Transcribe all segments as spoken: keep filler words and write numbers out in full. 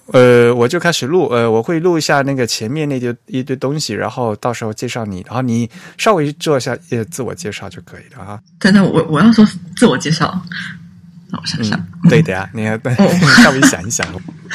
呃，我就开始录，呃，我会录一下那个前面那堆一堆东西，然后到时候介绍你，然后你稍微做一下呃自我介绍就可以了啊。 等等，我我要说自我介绍，让我想想。 嗯、对的呀，你要稍微想一想。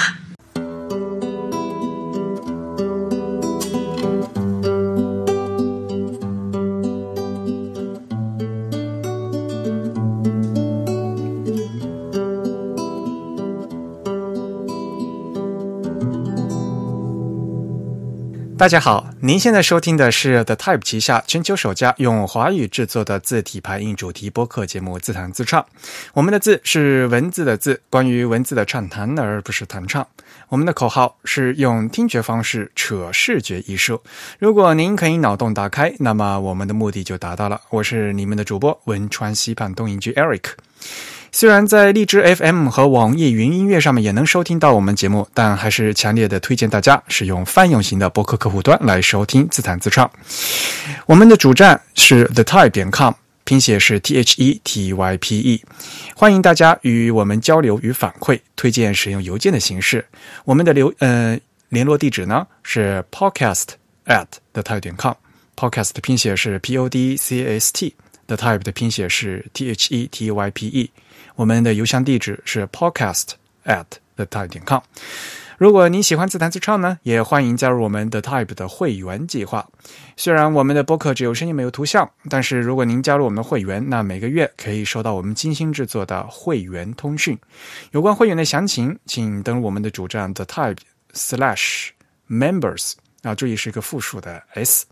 大家好，您现在收听的是 The Type 旗下全球首家用华语制作的字体排印主题播客节目自弹自唱。我们的字是文字的字，关于文字的畅谈而不是弹唱。我们的口号是用听觉方式扯视觉艺术。如果您可以脑洞打开，那么我们的目的就达到了。我是你们的主播汶川西畔东营居 Eric。虽然在荔枝 F M 和网易云音乐上面也能收听到我们节目，但还是强烈的推荐大家使用泛用型的播客客户端来收听自弹自唱。我们的主站是 the type 点 com， 拼写是 T H E T Y P E。 欢迎大家与我们交流与反馈，推荐使用邮件的形式。我们的留呃联络地址呢是 podcast at the type 点 com， podcast 的拼写是 P O D C A S T， the type 的拼写是 T H E T Y P E。我们的邮箱地址是 podcast at the type 点 com。 如果您喜欢自弹自唱呢，也欢迎加入我们的 Type 的会员计划。虽然我们的播客只有声音没有图像，但是如果您加入我们的会员，那每个月可以收到我们精心制作的会员通讯。有关会员的详情，请登录我们的主站 the type slash members， 啊，注意是一个复数的 S。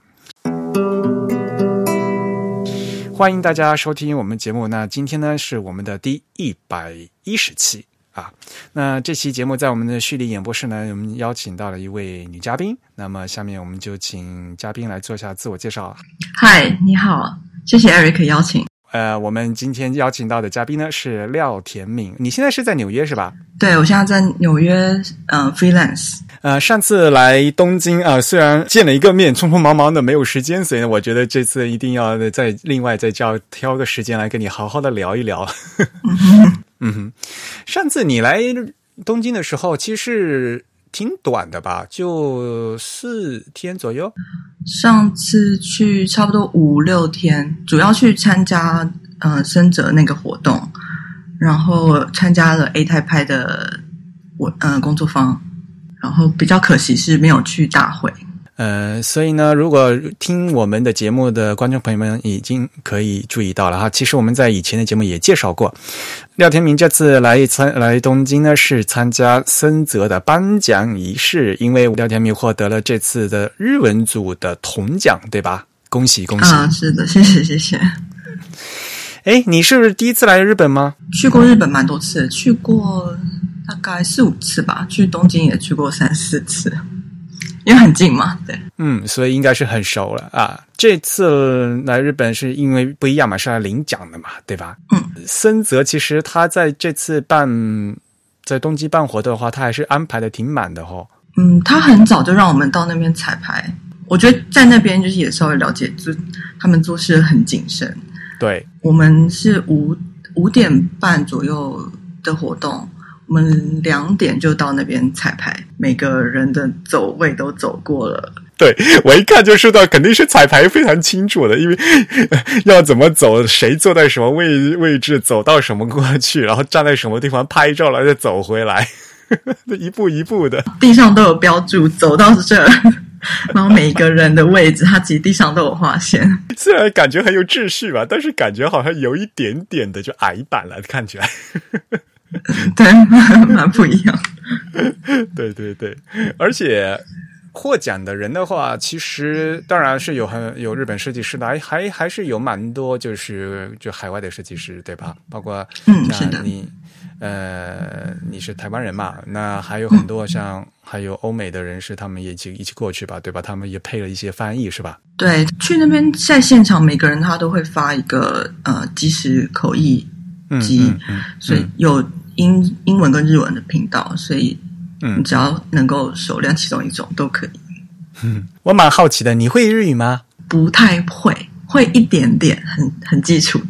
欢迎大家收听我们节目。那今天呢是我们的第一百一十期啊。那这期节目在我们的蓄力演播室呢，我们邀请到了一位女嘉宾。那么下面我们就请嘉宾来做一下自我介绍。 嗨，你好，谢谢 Eric 邀请。 呃，我们今天邀请到的嘉宾呢是廖田敏。你现在是在纽约是吧？ 对，我现在在纽约，呃 freelance。 呃，上次来东京啊、呃，虽然见了一个面，匆匆忙忙的没有时间，所以呢，我觉得这次一定要再另外再叫挑个时间来跟你好好的聊一聊。嗯哼，嗯哼，上次你来东京的时候，其实挺短的吧，就四天左右。 上次去差不多五六天，主要去参加呃深泽那个活动，然后参加了 A 太派的我呃工作坊。然后比较可惜是没有去大会。 呃，所以呢，如果听我们的节目的观众朋友们已经可以注意到了哈，其实我们在以前的节目也介绍过，廖田敏这次来参来东京呢是参加森泽的颁奖仪式，因为廖田敏获得了这次的日文组的铜奖，对吧？恭喜恭喜！ 啊，是的，谢谢谢谢。 哎，你是不是第一次来日本吗？ 去过日本蛮多次，去过大概四五次吧，去东京也去过三四次，因为很近嘛，对。 嗯，所以应该是很熟了啊。这次来日本是因为不一样嘛，是来领奖的嘛，对吧？ 嗯。 森泽其实他在这次办在东京办活动的话，他还是安排的挺满的哦。 嗯，他很早就让我们到那边彩排，我觉得在那边就是也稍微了解，就他们做事很谨慎。 对， 我们是五五点半左右的活动，我们两点就到那边彩排，每个人的走位都走过了。 对，我一看就知道肯定是彩排非常清楚的，因为要怎么走，谁坐在什么位位置，走到什么过去，然后站在什么地方拍照了再走回来，一步一步的， 地上都有标注，走到这儿。然后每一个人的位置，他其实地上都有划线。 虽然感觉很有秩序吧，但是感觉好像有一点点的就矮板了，看起来。 对，蛮不一样。 对对对，而且获奖的人的话，其实当然是有很有日本设计师的，还还还是有蛮多就是就海外的设计师，对吧？包括像你。嗯，呃，你是台湾人嘛？那还有很多像、嗯、还有欧美的人士，他们也一起一起过去吧，对吧？他们也配了一些翻译，是吧？ 对，去那边在现场，每个人他都会发一个呃即时口译机，嗯嗯嗯、所以有英英文跟日文的频道，所以你只要能够熟练其中一种都可以。 嗯，我蛮好奇的，你会日语吗？ 不太会，会一点点，很很基础的。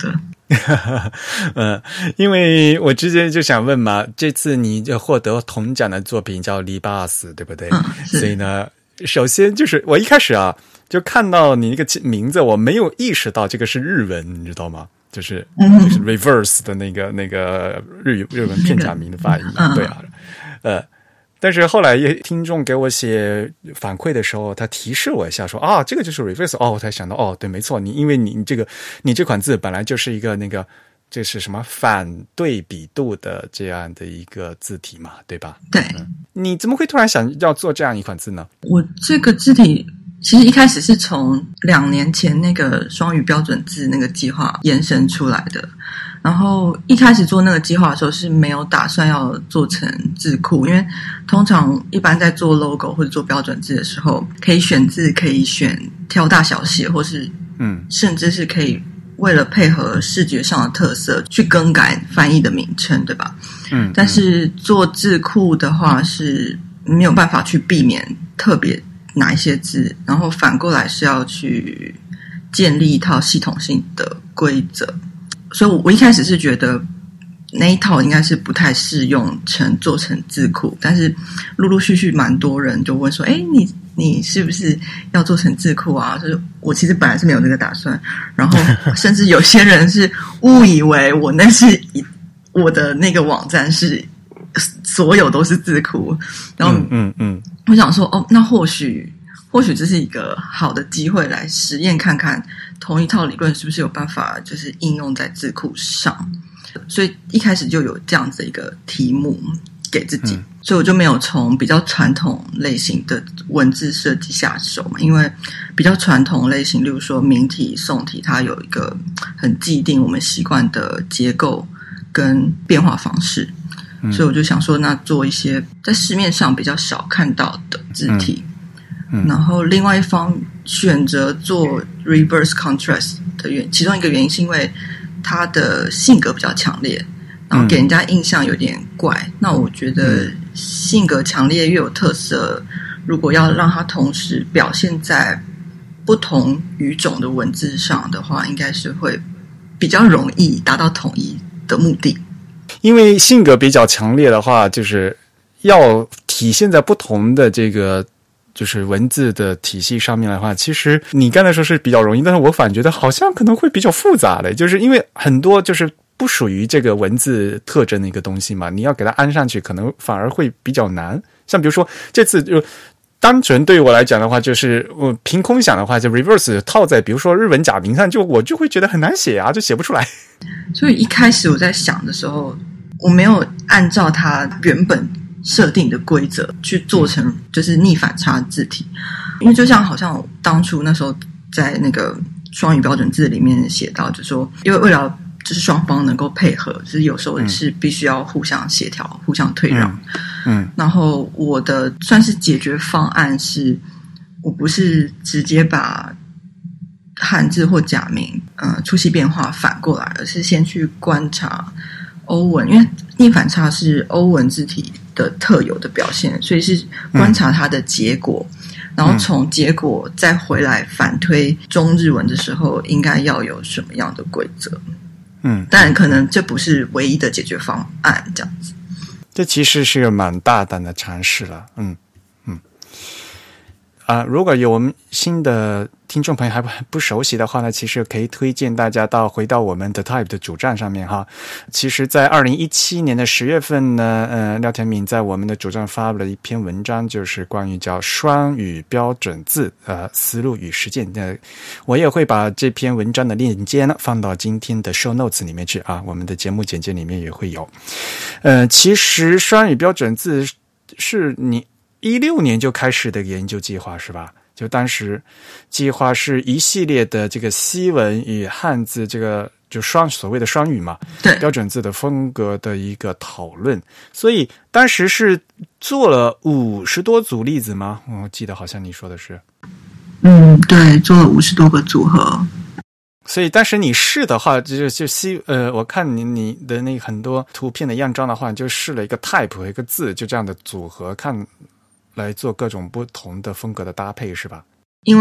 呃，因为我之前就想问嘛，这次你就获得铜奖的作品叫《黎巴斯》，对不对？ 嗯， 所以呢，首先就是我一开始啊，就看到你那个名字，我没有意识到这个是日文，你知道吗？就是就是 reverse 的那个那个日日文片假名的发音， 嗯、 对啊，呃。但是后来听众给我写反馈的时候，他提示我一下说啊，这个就是 reverse 哦，我才想到哦，对，没错，你因为你你这个你这款字本来就是一个那个这是什么反对比度的这样的一个字体嘛，对吧？ 对、 嗯，你怎么会突然想要做这样一款字呢？ 我这个字体其实一开始是从两年前那个双语标准字那个计划延伸出来的。然后一开始做那个计划的时候是没有打算要做成字库，因为通常一般在做 logo 或者做标准字的时候，可以选字，可以选挑大小写，或是嗯，甚至是可以为了配合视觉上的特色去更改翻译的名称，对吧？嗯，但是做字库的话是没有办法去避免特别哪一些字，然后反过来是要去建立一套系统性的规则。所以我一开始是觉得那一套应该是不太适用成做成字库，但是陆陆续续蛮多人就问说，诶，你你是不是要做成字库啊？就是我其实本来是没有这个打算，然后甚至有些人是误以为我那是我的那个网站是所有都是字库，然后嗯嗯，我想说哦，那或许或许这是一个好的机会来实验看看同一套理论是不是有办法就是应用在字库上，所以一开始就有这样子的一个题目给自己、嗯、所以我就没有从比较传统类型的文字设计下手嘛，因为比较传统类型例如说明体宋体它有一个很既定我们习惯的结构跟变化方式、嗯、所以我就想说那做一些在市面上比较少看到的字体、嗯嗯、然后另外一方选择做 reverse contrast 的原其中一个原因是因为他的性格比较强烈，然后给人家印象有点怪、嗯、那我觉得性格强烈越有特色，如果要让它同时表现在不同语种的文字上的话，应该是会比较容易达到统一的目的。 因为性格比较强烈的话，就是要体现在不同的这个就是文字的体系上面的话，其实你刚才说是比较容易，但是我反觉得好像可能会比较复杂的，就是因为很多就是不属于这个文字特征的一个东西嘛，你要给它安上去可能反而会比较难。像比如说这次就单纯对于我来讲的话，就是我凭空想的话，就 reverse 套在比如说日文假名上，就我就会觉得很难写啊，就写不出来。 所以一开始我在想的时候，我没有按照它原本设定的规则去做成就是逆反差字体，因为就像好像当初那时候在那个双语标准字里面写到，就是说因为为了就是双方能够配合，就是有时候是必须要互相协调、嗯、互相退让。嗯，然后我的算是解决方案是，我不是直接把汉字或假名呃粗细变化反过来，而是先去观察欧文，因为逆反差是欧文字体的特有的表现，所以是观察它的结果、嗯、然后从结果再回来反推中日文的时候应该要有什么样的规则。嗯，但可能这不是唯一的解决方案，这样子。 这其实是个蛮大胆的尝试了，嗯嗯。啊，如果有我们新的听众朋友还不熟悉的话呢，其实可以推荐大家到回到我们的 Type 的主站上面哈。其实在二零一七年的十月份呢，呃，廖天敏在我们的主站发布了一篇文章，就是关于叫双语标准字呃思路与实践。呃，我也会把这篇文章的链接呢放到今天的 show notes 里面去啊，我们的节目简介里面也会有。呃，其实双语标准字是你一六年就开始的研究计划是吧？就当时计划是一系列的这个西文与汉字这个就双所谓的双语嘛， 对标准字的风格的一个讨论，所以当时是做了五十多组例子吗？我记得好像你说的是， 嗯，对，做了五十多个组合。 所以当时你试的话，就就西呃，我看你你的那很多图片的样张的话，你就试了一个 type 和一个字，就这样的组合看。来做各种不同的风格的搭配是吧？ 因为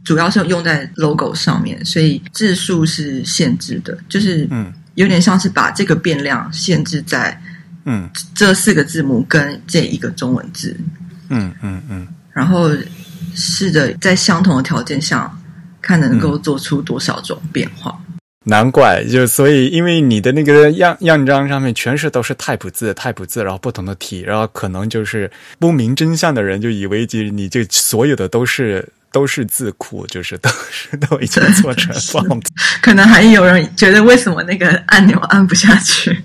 主要是用在 logo 上面，所以字数是限制的，就是有点像是把这个变量限制在嗯这四个字母跟这一个中文字，嗯嗯嗯，然后试着在相同的条件下看能够做出多少种变化。嗯， 难怪，就所以因为你的那个样样章上面全是都是 type 字 type 字，然后不同的体，然后可能就是不明真相的人就以为你这所有的都是都是字库，就是都是都已经做成 font。 可能还有人觉得为什么那个按钮按不下去？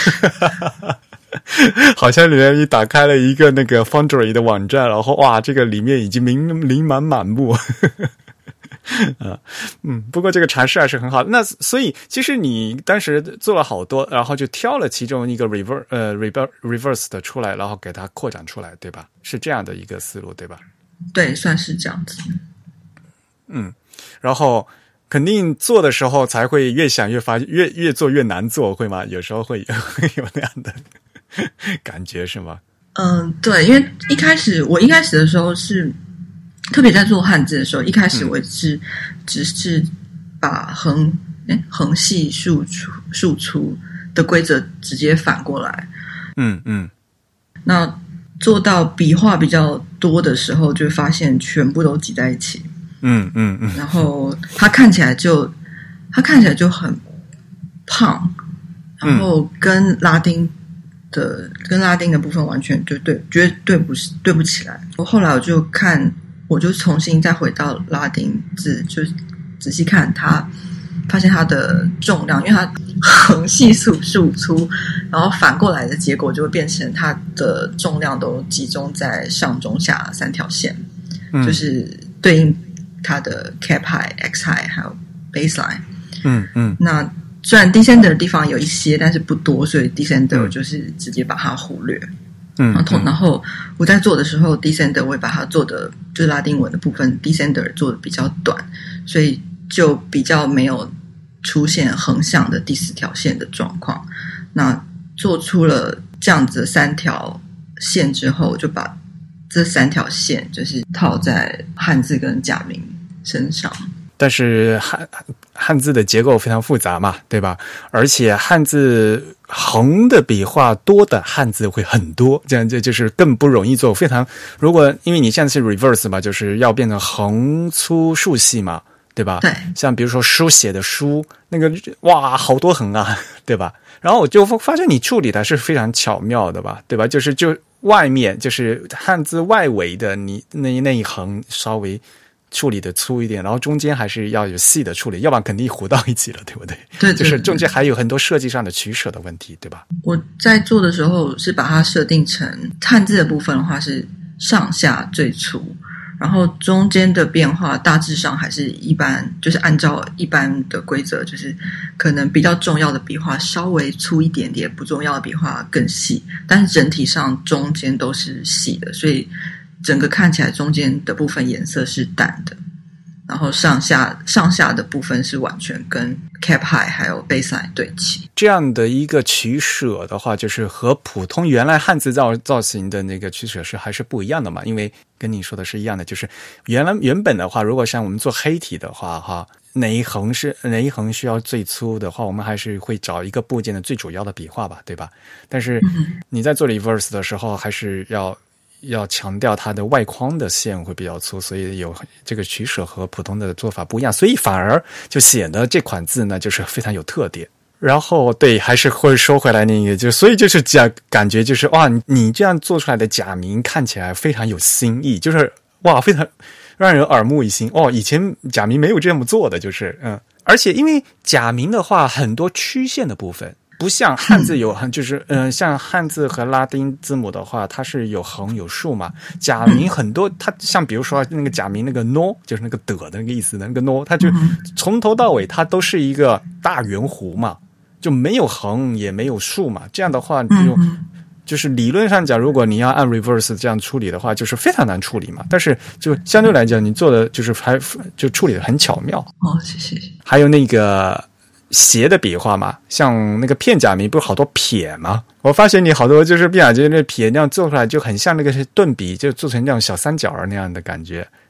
好像你打开了一个那个 Foundry 的网站，然后哇，这个里面已经琳琳满满目。啊，嗯，不过这个尝试还是很好的。那所以其实你当时做了好多，然后就挑了其中一个 reverse 呃 reverse 的出来，然后给它扩展出来，对吧？是这样的一个思路，对吧？ 对，算是这样子。 嗯，然后肯定做的时候才会越想越发越越做越难做，会吗？有时候会有会有那样的感觉，是吗？ 嗯，对，因为一开始我一开始的时候是。特别在做汉字的时候，一开始我是、嗯、只是把横诶横细竖粗竖粗的规则直接反过来，嗯嗯，那做到笔画比较多的时候，就发现全部都挤在一起，嗯嗯嗯，然后它看起来就它看起来就很胖，然后跟拉丁的、嗯、跟拉丁的部分完全就对，绝对对不对不起来。我后来我就看。我就重新再回到拉丁字，就仔细看它，发现它的重量，因为它横细竖竖粗，然后反过来的结果就会变成它的重量都集中在上中下三条线，嗯、就是对应它的 cap high、x high 还有 baseline。嗯嗯。那虽然 descender 的地方有一些，但是不多，所以 descender 就是直接把它忽略。嗯，然后然后我在做的时候 descender 我会把它做的就是拉丁文的部分 descender 做的比较短，所以就比较没有出现横向的第四条线的状况。那做出了这样子的三条线之后，就把这三条线就是套在汉字跟假名身上。 但是汉汉字的结构非常复杂嘛，对吧？而且汉字横的笔画多的汉字会很多，这样就就是更不容易做。非常，如果因为你现在是 reverse 嘛，就是要变成横粗竖细嘛，对吧？ 对。 像比如说书写的书，那个哇，好多横啊，对吧？然后我就发现你处理的是非常巧妙的吧，对吧？就是就外面就是汉字外围的，你那那一横稍微处理的粗一点，然后中间还是要有细的处理，要不然肯定糊到一起了，对不对？ 对，对，对， 就是中间还有很多设计上的取舍的问题，对吧？ 我在做的时候是把它设定成汉字的部分的话是上下最粗，然后中间的变化大致上还是一般，就是按照一般的规则，就是可能比较重要的笔画稍微粗一点点，不重要的笔画更细，但是整体上中间都是细的，所以整个看起来中间的部分颜色是淡的，然后上下上下的部分是完全跟 cap high 还有 baseline 对齐。 这样的一个取舍的话，就是和普通原来汉字造造型的那个取舍是还是不一样的嘛？因为跟你说的是一样的，就是原来原本的话，如果像我们做黑体的话，哈，哪一横是哪一横需要最粗的话，我们还是会找一个部件的最主要的笔画吧，对吧？但是你在做 reverse 的时候，还是要。要强调它的外框的线会比较粗，所以有这个取舍和普通的做法不一样，所以反而就显得这款字呢就是非常有特点。然后对，还是会说回来那个，就所以就是假感觉就是哇，你这样做出来的假名看起来非常有新意，就是哇，非常让人耳目一新哦。以前假名没有这么做的，就是嗯，而且因为假名的话，很多曲线的部分。不像汉字有横，就是嗯、呃，像汉字和拉丁字母的话，它是有横有竖嘛。假名很多，它像比如说那个假名那个 no， 就是那个的的那个意思的那个 no， 它就从头到尾它都是一个大圆弧嘛，就没有横也没有竖嘛。这样的话就就是理论上讲，如果你要按 reverse 这样处理的话，就是非常难处理嘛。但是就相对来讲，你做的就是还就处理的很巧妙。 哦，谢谢。 还有那个。斜的笔画嘛，像那个片假名不是好多撇吗？我发现你好多就是片假名那撇那样做出来就很像那个是顿笔，就做成那种小三角那样的感觉。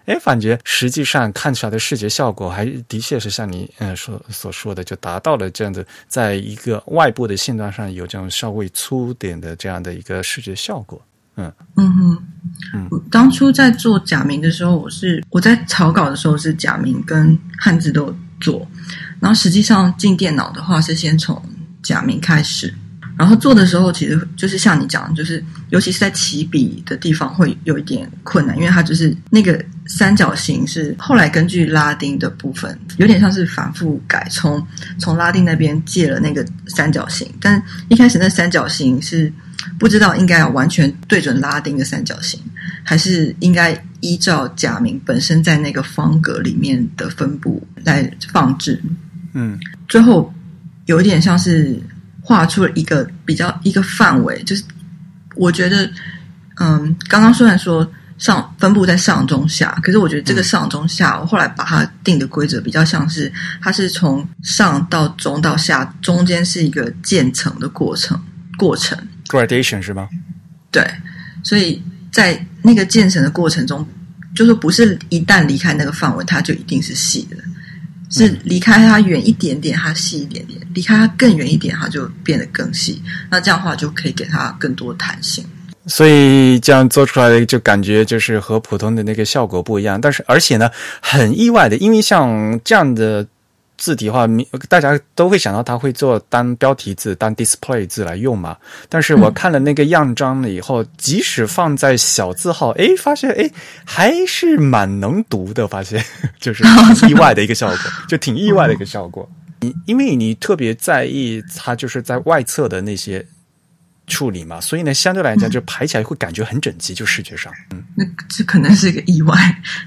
哎，感觉实际上看出来的视觉效果还的确是像你呃所所说的，就达到了这样的，在一个外部的线段上有这种稍微粗点的这样的一个视觉效果。嗯嗯哼，嗯，当初在做假名的时候，我是我在草稿的时候是假名跟汉字都有做，然后实际上进电脑的话是先从假名开始。然后做的时候，其实就是像你讲，就是尤其是在起笔的地方会有一点困难，因为它就是那个三角形是后来根据拉丁的部分，有点像是反复改，从从拉丁那边借了那个三角形，但一开始那三角形是不知道应该要完全对准拉丁的三角形，还是应该依照假名本身在那个方格里面的分布来放置。 嗯， 最后有一点像是画出了一个比较一个范围，就是我觉得，嗯，刚刚虽然说上分布在上中下，可是我觉得这个上中下，我后来把它定的规则比较像是，它是从上到中到下，中间是一个渐层的过程，过程 gradation 是吗？ 对，所以在那个渐层的过程中，就是不是一旦离开那个范围，它就一定是细的。是离开它远一点点，它细一点点；离开它更远一点，它就变得更细。那这样的话，就可以给它更多弹性。 所以这样做出来的就感觉就是和普通的那个效果不一样。但是而且呢，很意外的，因为像这样的字体的话，大家都会想到它会做当标题字、当 display 字来用嘛。但是我看了那个样章了以后，嗯、即使放在小字号，诶，发现诶还是蛮能读的，发现就是挺意外的一个效果，就挺意外的一个效果。你因为你特别在意它就是在外侧的那些处理嘛，所以呢，相对来讲就排起来会感觉很整齐，就视觉上。嗯， 那这可能是一个意外。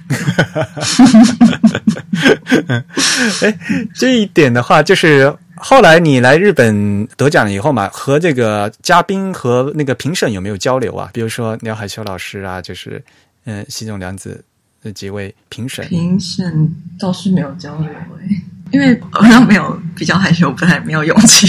哎，这一点的话，就是后来你来日本得奖了以后嘛，和这个嘉宾和那个评审有没有交流啊？比如说鸟海修老师啊，就是嗯、呃，西冢良子的几位评审。 评审倒是没有交流诶，因为好像没有比较害羞，不太没有勇气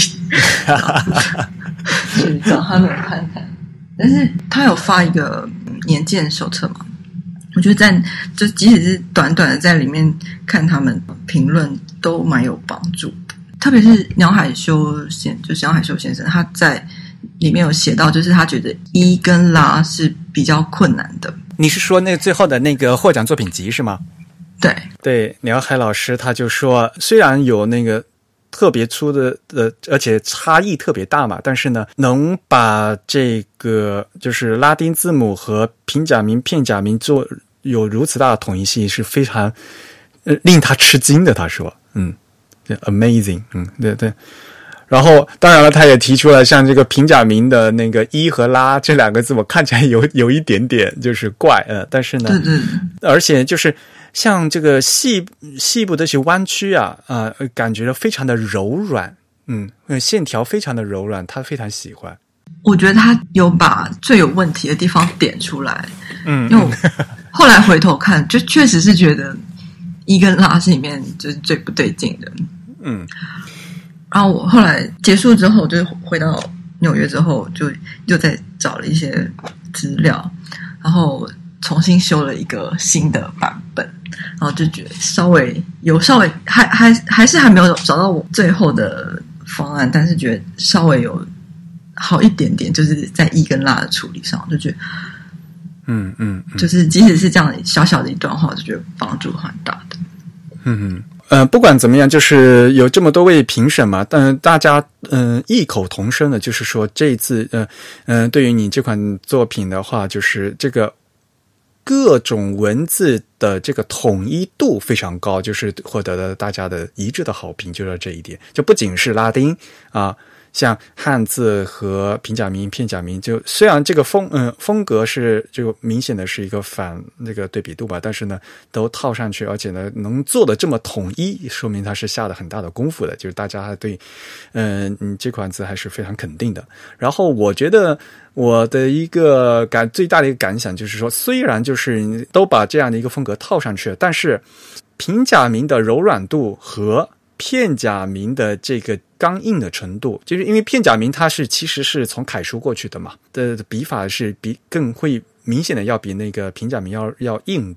去找他们看看。但是他有发一个年鉴手册嘛，我觉得在就即使是短短的在里面看他们评论都蛮有帮助的。特别是鸟海修先就是鸟海修先生，他在里面有写到，就是他觉得一跟拉是比较困难的。 你是说那个最后的那个获奖作品集是吗？ 对对，鸟海老师他就说，虽然有那个特别粗的呃，而且差异特别大嘛，但是呢，能把这个就是拉丁字母和平假名、片假名做有如此大的统一性，是非常呃令他吃惊的。他说，嗯 ，amazing， 嗯，对对。然后，当然了，他也提出了像这个平假名的那个一和拉这两个字，我看起来有有一点点就是怪，呃，但是呢， 对对， 而且就是像这个细细部的这些弯曲啊，呃，感觉非常的柔软，嗯，线条非常的柔软，他非常喜欢。 我觉得他有把最有问题的地方点出来， 嗯， 因为我后来回头看，就确实是觉得一跟拉是里面就是最不对劲的， 嗯。 然后我后来结束之后，就回到纽约之后，就又再找了一些资料，然后重新修了一个新的版本，然后就觉得稍微有稍微还还还是还没有找到我最后的方案，但是觉得稍微有好一点点，就是在一跟拉的处理上，就觉得嗯嗯，嗯就是即使是这样小小的一段话，我就觉得帮助很大的。 嗯嗯。呃，不管怎么样，就是有这么多位评审嘛，但大家嗯、呃、异口同声的，就是说这一次呃嗯、呃，对于你这款作品的话，就是这个各种文字的这个统一度非常高，就是获得了大家的一致的好评，就是这一点，就不仅是拉丁啊。像汉字和平假名、片假名，就虽然这个风嗯、呃、风格是就明显的是一个反那个对比度吧，但是呢都套上去，而且呢能做的这么统一，说明它是下了很大的功夫的，就是大家还对嗯嗯这款字还是非常肯定的。然后我觉得我的一个感最大的一个感想就是说，虽然就是都把这样的一个风格套上去了，但是平假名的柔软度和片假名的这个刚硬的程度，就是因为片假名它是其实是从楷书过去的嘛，的笔法是比更会明显的要比那个平假名要要硬多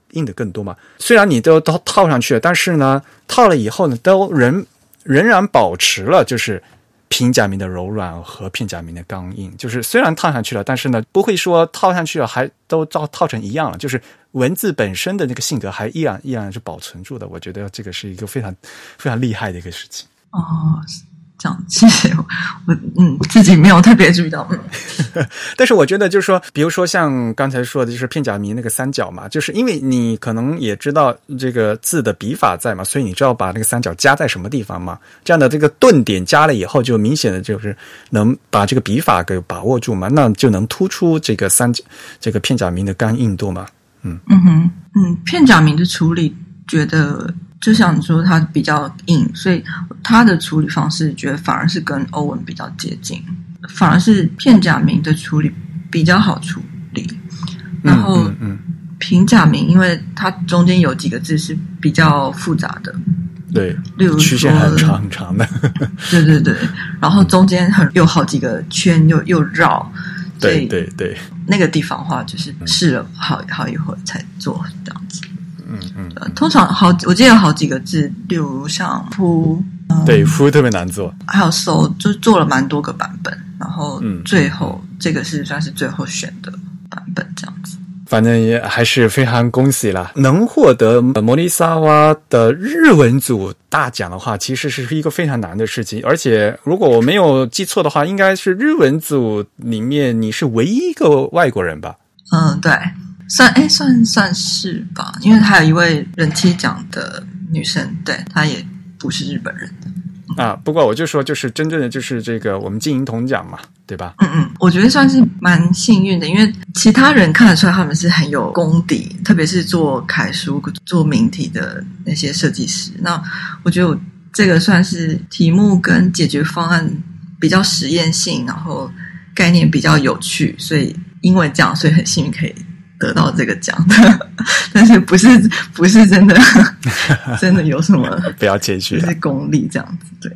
印的更多嘛。虽然你都都套上去了，但是呢，套了以后呢，都仍仍然保持了就是平假名的柔软和片假名的刚硬。就是虽然套上去了，但是呢，不会说套上去了还都套套成一样了，就是文字本身的那个性格还依然依然是保存住的。我觉得这个是一个非常非常厉害的一个事情。 哦，这样，谢谢我，我嗯自己没有特别注意到。嗯， 但是我觉得就是说，比如说像刚才说的，就是片假名那个三角嘛，就是因为你可能也知道这个字的笔法在嘛，所以你知道把那个三角加在什么地方嘛。这样的这个顿点加了以后，就明显的就是能把这个笔法给把握住嘛，那就能突出这个三角这个片假名的刚硬度嘛。嗯嗯哼嗯，片假名的处理，觉得就像你说它比较硬，所以它的处理方式觉得反而是跟欧文比较接近，反而是片假名的处理比较好处理。然后平假名因为它中间有几个字是比较复杂的， 对， 例如说曲线很长很长的对对对，然后中间很有好几个圈又又绕， 对对对， 那个地方的话就是试了好好一会儿才做这样子。 嗯嗯、 呃，通常好，我记得有好几个字，例如像扑，嗯、 对，扑特别难做， 还有搜，就做了蛮多个版本，然后最后、嗯、这个是算是最后选的版本，这样子。 反正也还是非常恭喜啦，能获得摩尼萨瓦的日文组大奖的话，其实是一个非常难的事情，而且如果我没有记错的话，应该是日文组里面你是唯一一个外国人吧？ 嗯，对。算哎，算算是吧，因为还有一位人气奖的女生，对，她也不是日本人的啊。不过我就说，就是真正的就是这个我们金银铜奖嘛，对吧？ 嗯嗯，我觉得算是蛮幸运的，因为其他人看得出来他们是很有功底，特别是做楷书、做明体的那些设计师。那我觉得我这个算是题目跟解决方案比较实验性，然后概念比较有趣，所以因为这样，所以很幸运可以得到这个奖的，但是不是不是真的真的有什么不要谦虚， 就是功力这样子。对。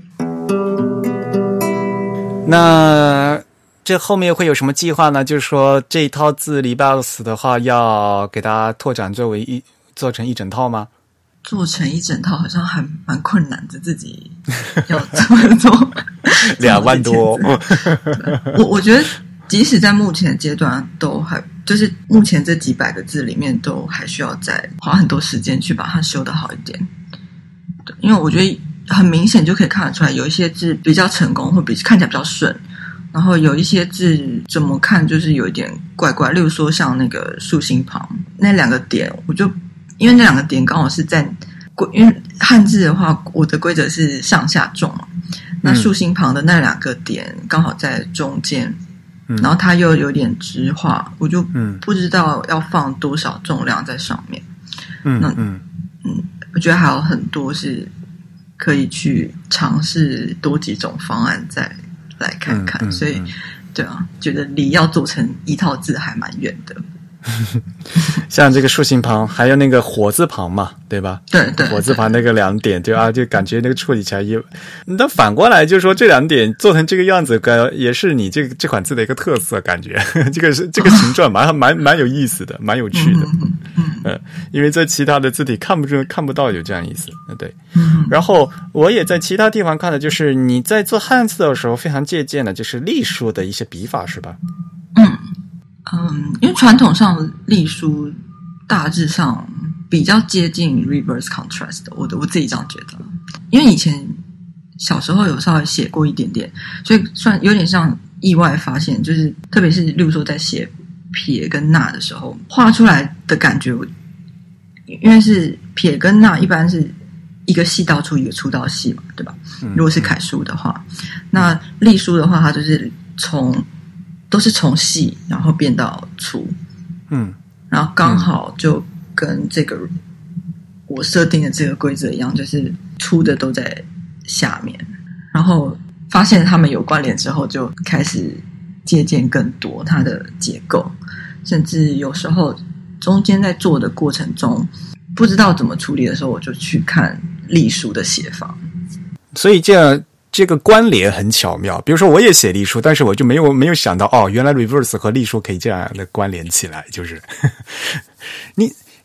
那这后面会有什么计划呢？就是说这一套字 Libellus 的话，要给它拓展作为一做成一整套吗？ 做成一整套好像还蛮困难的，自己要这么做， 两万多。 我我觉得。即使在目前的阶段都还就是目前这几百个字里面都还需要再花很多时间去把它修得好一点。对，因为我觉得很明显就可以看得出来，有一些字比较成功，或比看起来比较顺，然后有一些字怎么看就是有一点怪怪。例如说像那个竖心旁那两个点，我就因为那两个点刚好是在因为汉字的话，我的规则是上下重嘛，那竖心旁的那两个点刚好在中间。然后它又有点直化，我就不知道要放多少重量在上面。嗯，那嗯嗯，我觉得还有很多是可以去尝试多几种方案再来看看。嗯嗯嗯、所以，对啊，觉得离要做成一套字还蛮远的。 像这个竖心旁还有那个火字旁嘛，对吧？ 对对， 火字旁那个两点，对啊，就感觉那个处理起来也，那反过来就是说这两点做成这个样子，也是你这个这款字的一个特色，感觉这个是这个形状蛮蛮蛮有意思的，蛮有趣的。嗯嗯呃，因为在其他的字体看不出看不到有这样意思，对。嗯。然后我也在其他地方看的，就是你在做汉字的时候非常借鉴的，就是隶书的一些笔法，是吧？ 嗯。嗯，因为传统上隶书大致上比较接近 reverse contrast 的，我我自己这样觉得。因为以前小时候有稍微写过一点点，所以算有点像意外发现，就是特别是例如说在写撇跟捺的时候，画出来的感觉，因为是撇跟捺一般是一个细道粗一个粗道细嘛，对吧？如果是楷书的话，那隶书的话，它就是从都是从细然后变到粗，嗯，然后刚好就跟这个我设定的这个规则一样，就是粗的都在下面，然后发现它们有关联之后，就开始借鉴更多它的结构，甚至有时候中间在做的过程中不知道怎么处理的时候，我就去看隶书的写法， 所以这样。这个关联很巧妙，比如说我也写隶书，但是我就没有没有想到哦，原来 reverse 和隶书可以这样的关联起来，就是你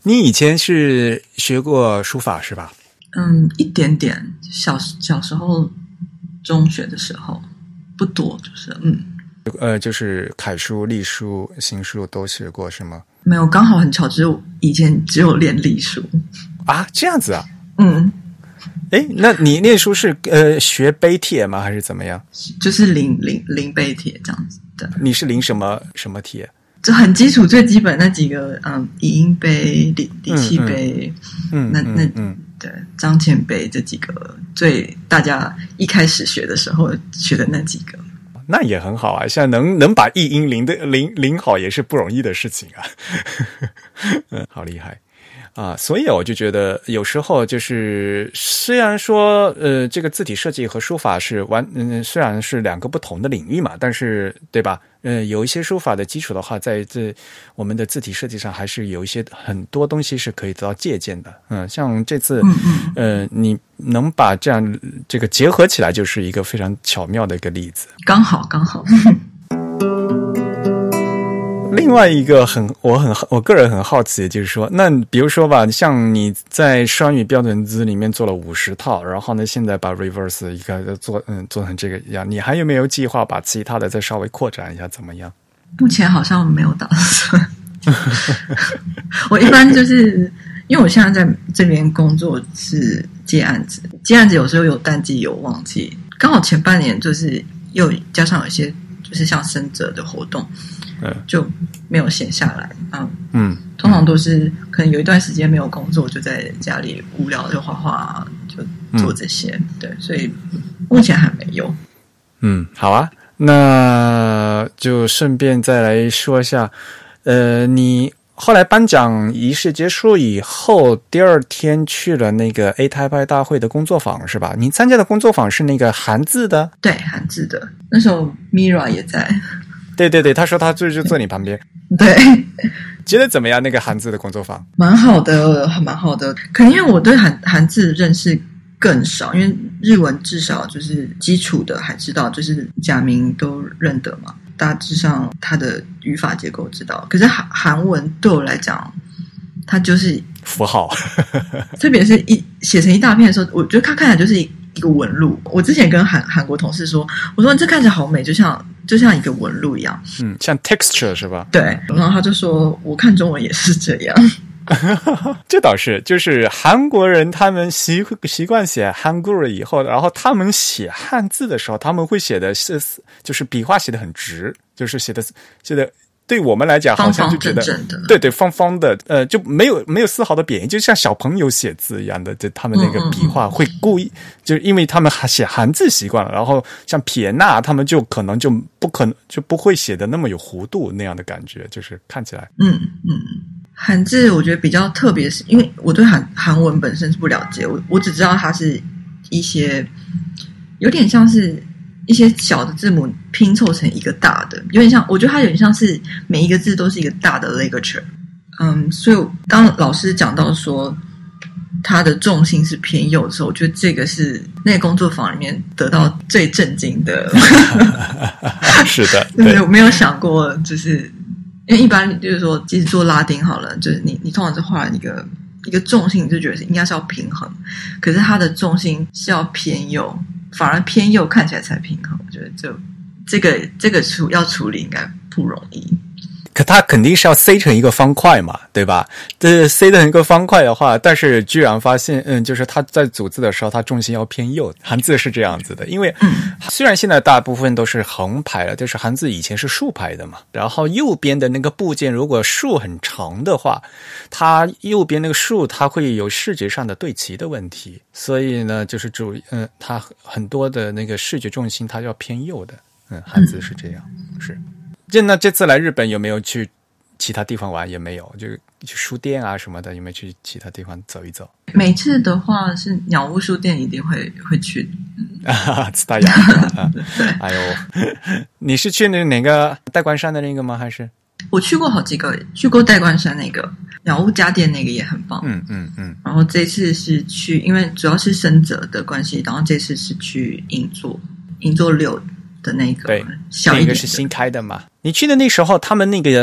你以前是学过书法是吧？ 嗯，一点点，小小时候中学的时候不多，就是嗯， 呃，就是楷书、隶书、行书都学过是吗？ 没有，刚好很巧，只有以前只有练隶书啊，这样子啊？ 嗯， 哎，那你念书是呃学碑帖吗？还是怎么样？ 就是临临临碑帖这样子的。 你是临什么什么帖？ 就很基础最基本那几个，嗯，乙音碑、礼礼器碑， 嗯， 那那嗯， 对章钱碑这几个最大家一开始学的时候学的那几个。 那也很好啊，现在能能把译音临的临临好也是不容易的事情啊。嗯，好厉害啊！所以我就觉得有时候就是虽然说呃这个字体设计和书法是完嗯虽然是两个不同的领域嘛，但是对吧？呃有一些书法的基础的话，在这我们的字体设计上还是有一些很多东西是可以得到借鉴的。嗯，像这次嗯嗯呃你能把这样这个结合起来，就是一个非常巧妙的一个例子。 刚好刚好。 另外一个很我很我个人很好奇的就是说，那比如说吧，像你在双语标准字里面做了五十套，然后呢现在把 reverse 一个做嗯做成这个样，你还有没有计划把其他的再稍微扩展一下怎么样？ 目前好像没有打算。我一般就是因为我现在在这边工作是接案子，接案子有时候有淡季有旺季，刚好前半年就是又加上有一些就是像生者的活动，嗯，就没有闲下来。嗯嗯，通常都是可能有一段时间没有工作，就在家里无聊就画画，就做这些。嗯、对，所以目前还没有。 嗯，好啊，那就顺便再来说一下，呃，你后来颁奖仪式结束以后，第二天去了那个 A 台派大会的工作坊是吧？你参加的工作坊是那个韩字的？ 对，韩字的。那时候 Mira 也在。 对对对，他说他就就坐你旁边。 对， 觉得怎么样？那个韩字的工作坊？ 蛮好的，蛮好的。可能因为我对韩韩字认识更少，因为日文至少就是基础的还知道，就是假名都认得嘛，大致上它的语法结构知道。可是韩韩文对我来讲，它就是符号， 特别是一写成一大片的时候，我觉得它看起来就是一一个纹路。我之前跟韩韩国同事说，我说这看起来好美，就像就像一个纹路一样， 嗯，像 texture 是吧？ 对。然后他就说，我看中文也是这样。 这倒是，就是韩国人他们习习惯写韩国语以后，然后他们写汉字的时候，他们会写的是就是笔画写的很直，就是写的写的对我们来讲好像就觉得方方正正的， 对对方方的，呃，就没有没有丝毫的贬义，就像小朋友写字一样的，就他们那个笔画会故意，嗯嗯嗯就是因为他们写韩字习惯了，然后像撇捺他们就可能就不可能就不会写的那么有弧度那样的感觉，就是看起来， 嗯嗯。韩字我觉得比较特别，是因为我对韩韩文本身是不了解，我我只知道它是一些有点像是一些小的字母拼凑成一个大的，有点像，我觉得它有点像是每一个字都是一个大的 ligature。嗯，所以当老师讲到说它的重心是偏右的时候，我觉得这个是那个工作坊里面得到最震惊的。 是的， 对，我没有想过，就是因为一般就是说，即使做拉丁好了，就是你你通常是画一个一个重心，你就觉得应该是要平衡，可是它的重心是要偏右，反而偏右看起来才平衡。我觉得就这个这个处要处理应该不容易。 可它肯定是要塞成一个方块嘛，对吧？这塞成一个方块的话，但是居然发现，嗯，就是它在组字的时候，它重心要偏右。韩字是这样子的，因为虽然现在大部分都是横排了，但是韩字以前是竖排的嘛。然后右边的那个部件如果竖很长的话，它右边那个竖它会有视觉上的对齐的问题，所以呢，就是主嗯，它很多的那个视觉重心它要偏右的。嗯，韩字是这样，是。这那这次来日本有没有去其他地方玩？也没有，就去书店啊什么的，有没有去其他地方走一走？ 每次的话是鸟屋书店一定会会去啊，蔦屋啊，哎呦，你是去那哪个代官山的那个吗？还是我去过好几个，去过代官山那个鸟屋家电那个也很棒， 嗯嗯嗯。 然后这次是去，因为主要是深泽的关系，然后这次是去银座银座六。的那个对， 小一点的， 那个是新开的嘛？你去的那时候，他们那个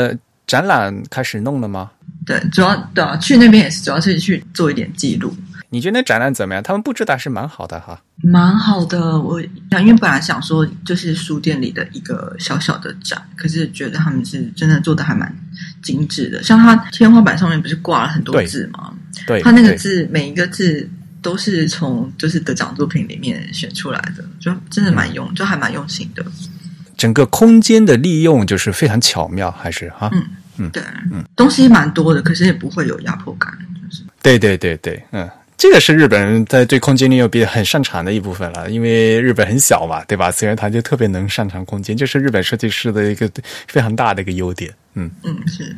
展览开始弄了吗？ 对，主要对啊，去那边也是主要是去做一点记录。 你觉得那展览怎么样？他们布置的还是蛮好的哈。 蛮好的，我想因为本来想说就是书店里的一个小小的展，可是觉得他们是真的做的还蛮精致的。像它天花板上面不是挂了很多字吗？ 对， 它那个字每一个字都是从就是得奖作品里面选出来的，就真的蛮用，就还蛮用心的。 整个空间的利用就是非常巧妙，还是哈？ 嗯嗯，对，嗯，东西蛮多的，可是也不会有压迫感，就是。 对对对对，嗯。这个是日本人在对空间利用比很擅长的一部分了，因为日本很小嘛，对吧？所以他就特别能擅长空间，这是日本设计师的一个非常大的一个优点。嗯嗯，是。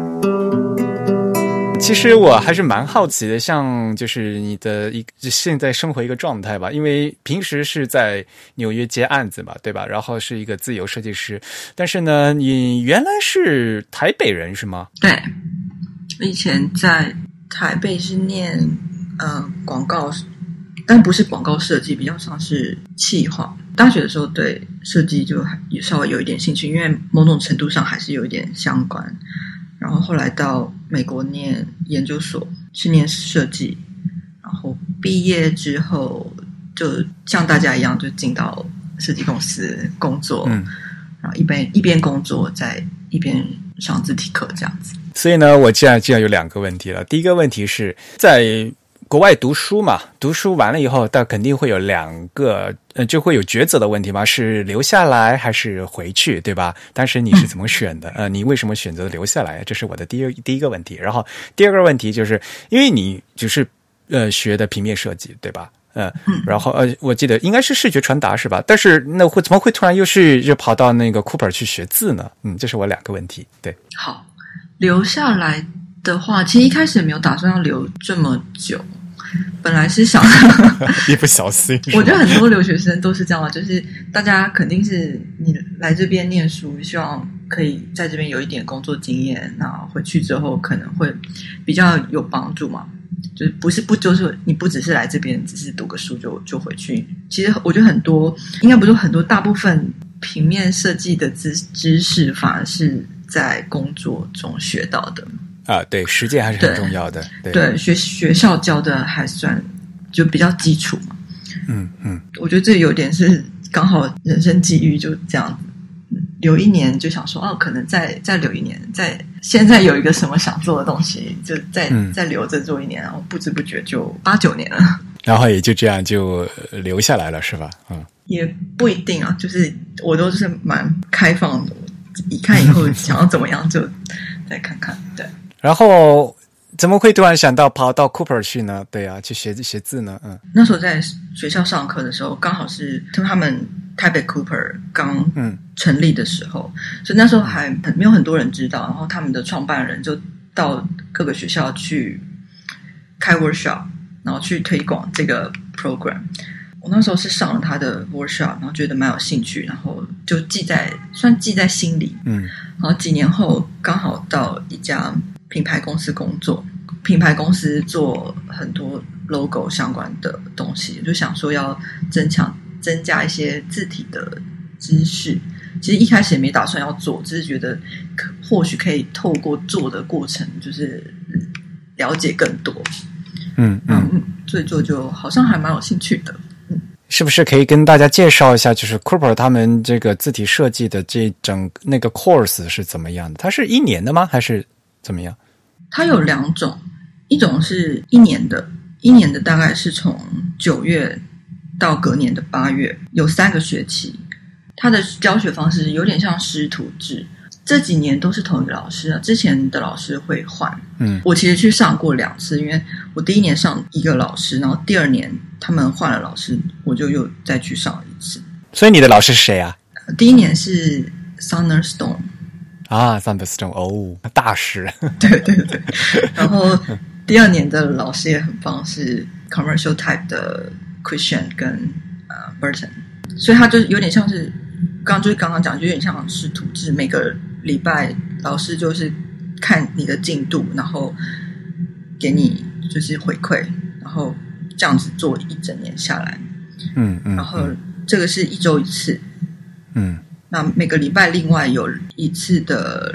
其实我还是蛮好奇的，像就是你的一现在生活一个状态吧，因为平时是在纽约接案子嘛，对吧？然后是一个自由设计师，但是呢，你原来是台北人是吗？ 对，我以前在台北是念。呃，广告，但不是广告设计，比较像是企划。大学的时候对设计就也稍微有一点兴趣，因为某种程度上还是有一点相关。然后后来到美国念研究所，是念设计，然后毕业之后就像大家一样，就进到设计公司工作，嗯，然后一边一边工作，在一边上字体课这样子。 所以呢，我这样这样有两个问题了。第一个问题是在国外读书嘛，读书完了以后，但肯定会有两个，呃，就会有抉择的问题嘛，是留下来还是回去，对吧？当时你是怎么选的？呃，你为什么选择留下来？这是我的第一第一个问题。然后第二个问题就是，因为你就是呃学的平面设计，对吧？呃，然后呃，我记得应该是视觉传达是吧？但是那会怎么会突然又是又跑到那个 Cooper 去学字呢？嗯，这是我两个问题。对， 好，留下来的话，其实一开始没有打算要留这么久。本来是想一不小心， 我觉得很多留学生都是这样嘛，就是大家肯定是你来这边念书，希望可以在这边有一点工作经验，那回去之后可能会比较有帮助嘛。就是不是不就是你不只是来这边只是读个书就就回去，其实我觉得很多应该不是很多，大部分平面设计的知知识反而是在工作中学到的。 啊，对，实践还是很重要的。对， 对，对学学校教的还算就比较基础嘛。 嗯嗯， 我觉得这有点是刚好人生际遇就这样子，留一年就想说哦，可能再再留一年，再现在有一个什么想做的东西，就再、嗯、再留着做一年，然后不知不觉就八九年了。 然后也就这样就留下来了，是吧？嗯， 也不一定啊，就是我都是蛮开放的，一看以后想要怎么样就再看看，对。 然后怎么会突然想到跑到 Cooper 去呢？对啊，去学写字呢？嗯， 那时候在学校上课的时候，刚好是他们台北 Cooper 刚成立的时候，嗯、所以那时候还没有很多人知道。然后他们的创办人就到各个学校去开 workshop， 然后去推广这个 program。我那时候是上了他的 workshop， 然后觉得蛮有兴趣，然后就记在算记在心里。嗯，然后几年后刚好到一家品牌公司工作，品牌公司做很多 logo 相关的东西，就想说要增强增加一些字体的知识。其实一开始也没打算要做，只是觉得或许可以透过做的过程，就是了解更多。嗯嗯，嗯所以做就好像还蛮有兴趣的。嗯， 是不是可以跟大家介绍一下，就是 Cooper 他们这个字体设计的这整那个 course 是怎么样的？它是一年的吗？还是怎么样？ 它有两种，一种是一年的，一年的大概是从九月到隔年的八月，有三个学期。它的教学方式有点像师徒制，这几年都是同一个老师啊，之前的老师会换。嗯，我其实去上过两次，因为我第一年上一个老师，然后第二年他们换了老师，我就又再去上了一次。 所以你的老师是谁啊？ 第一年是 Thunderstone。 啊 Thunderstone 哦，大师。 对对对，然后第二年的老师也很棒，是 Commercial Type 的 Christian 跟呃 Burton， 所以他就有点像是刚就是刚刚讲，就有点像师徒制，每个礼拜老师就是看你的进度，然后给你就是回馈，然后这样子做一整年下来。嗯嗯，然后这个是一周一次。嗯。那每个礼拜另外有一次的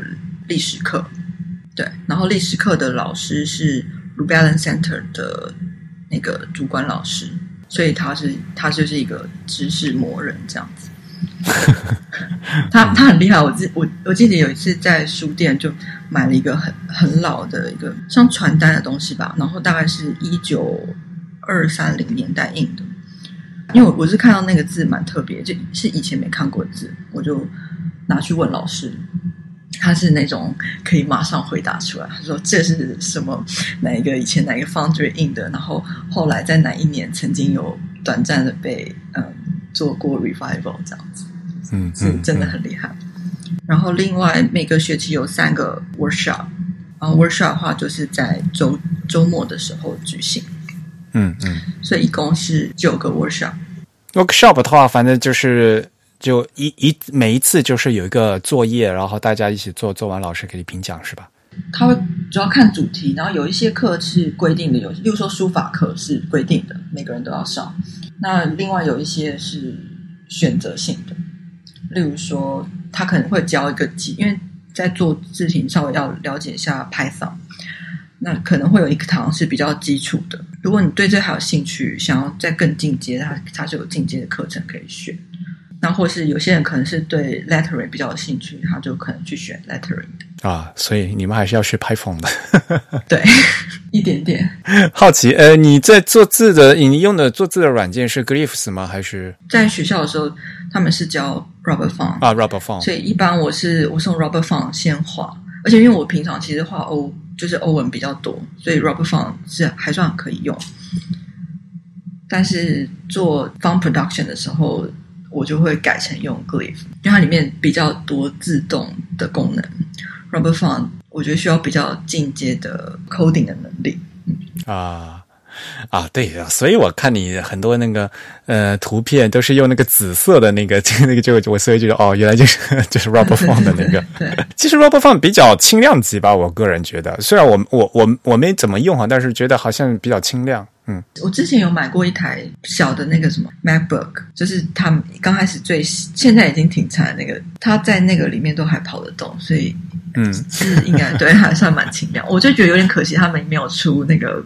历史课，对，然后历史课的老师是 Llewellyn Center 的那个主管老师，所以他是他就是一个知识魔人这样子。他他很厉害，我记我我记得有一次在书店就买了一个很很老的一个像传单的东西吧，然后大概是一九二三零年代印的，因为我我是看到那个字蛮特别，就是以前没看过的字，我就拿去问老师，他是那种可以马上回答出来，他说这是什么哪一个以前哪一个 foundry 印的，然后后来在哪一年曾经有短暂的被嗯做过 revival 这样子，嗯，是真的很厉害。嗯、然后另外每个学期有三个 workshop， 然后 workshop 的话就是在周周末的时候举行， 嗯嗯， 所以一共是九个 workshop。 workshop 的话，反正就是就一一每一次就是有一个作业，然后大家一起做，做完老师给你评奖是吧？ 他会主要看主题，然后有一些课是规定的，有例如说书法课是规定的，每个人都要上。那另外有一些是选择性的，例如说他可能会教一个基，因为在做字体稍微要了解一下 Python， 那可能会有一堂是比较基础的。如果你对这还有兴趣，想要再更进阶，它它是有进阶的课程可以选。那或是有些人可能是对 lettering 比较有兴趣，他就可能去选 lettering 的啊，所以你们还是要学 Python 的。 对，一点点。 好奇，呃，你在做字的，你用的做字的软件是 Glyphs 吗？还是在学校的时候，他们是教 Rubber Font 啊 ，Rubber Font， 所以一般我是我是用 Rubber Font 先画，而且因为我平常其实画欧就是欧文比较多，所以 Rubber Font 是还算可以用。但是做 Font Production 的时候，我就会改成用 Glyph， 因为它里面比较多自动的功能。Rubber Font 我觉得需要比较进阶的 coding 的能力。嗯、 啊啊，对啊，所以我看你很多那个呃图片都是用那个紫色的那个那个就我所以觉得哦，原来就是就是 Rubber Font 的那个。 对， 其实 Rubber Font 比较轻量级吧，我个人觉得，虽然我我我我没怎么用哈，但是觉得好像比较轻量。嗯， 我之前有买过一台小的那个什么 MacBook， 就是他们刚开始最现在已经停产的那个，它在那个里面都还跑得动，所以嗯是应该对还算蛮轻量。我就觉得有点可惜，他们没有出那个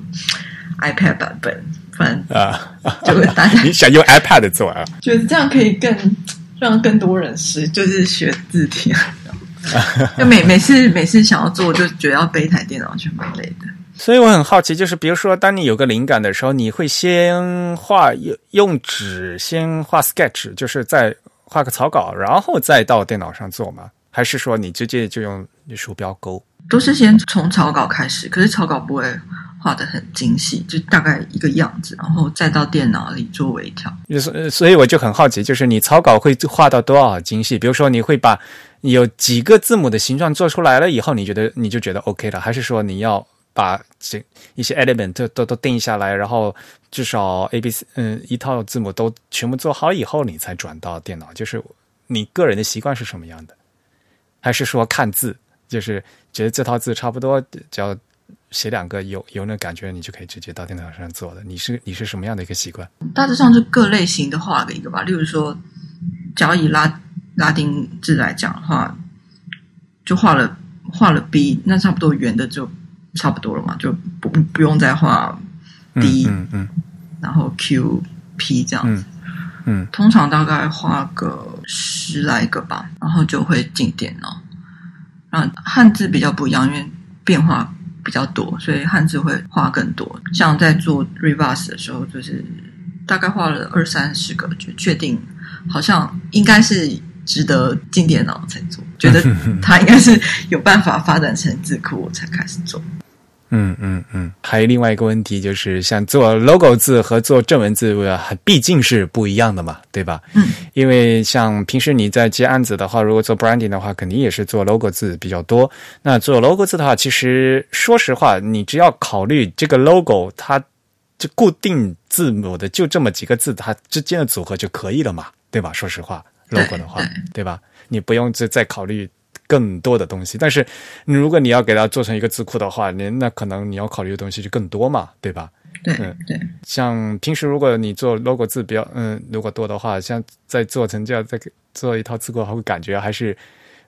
iPad 版本，反正啊，就大家你想用 iPad 做啊？ 觉得这样可以更让更多人是就是学字体，就每每次每次想要做，就觉得要背一台电脑去蛮累的。 所以我很好奇，就是比如说当你有个灵感的时候，你会先画用纸先画 sketch， 就是再画个草稿，然后再到电脑上做吗？还是说你直接就用鼠标勾？ 都是先从草稿开始，可是草稿不会画得很精细，就大概一个样子，然后再到电脑里做微调。 所以我就很好奇，就是你草稿会画到多少精细？比如说你会把有几个字母的形状做出来了以后，你觉得你就觉得 OK 了，还是说你要把一些 element 都都都定下来，然后至少 A B C 嗯一套字母都全部做好以后，你才转到电脑？就是你个人的习惯是什么样的？还是说看字，就是觉得这套字差不多，只要写两个有有那感觉，你就可以直接到电脑上做的？你是你是什么样的一个习惯？ 大致上就各类型的画个一个吧。例如说，只要以拉拉丁字来讲的话，就画了画了 B， 那差不多圆的就差不多了嘛，就不不用再画 D， 嗯 嗯, 嗯，然后 Q P 这样子。嗯嗯，通常大概画个十来个吧，然后就会进电脑。然后汉字比较不一样，因为变化比较多，所以汉字会画更多。像在做 Revise 的时候，就是大概画了二三十个，就确定好像应该是值得进电脑才做，觉得它应该是有办法发展成字库，我才开始做。 嗯嗯嗯，还有另外一个问题就是，像做 logo 字和做正文字，毕竟是不一样的嘛，对吧？嗯，因为像平时你在接案子的话，如果做 branding 的话，肯定也是做 logo 字比较多。那做 logo 字的话，其实说实话，你只要考虑这个 logo 它就固定字母的就这么几个字，它之间的组合就可以了嘛，对吧？说实话 ，logo 的话， 对, 对吧？你不用再再考虑更多的东西，但是如果你要给它做成一个字库的话，你那可能你要考虑的东西就更多嘛，对吧？ 对对、嗯， 像平时如果你做 logo 字比较嗯，如果多的话，像再做成这样再做一套字库，会感觉还是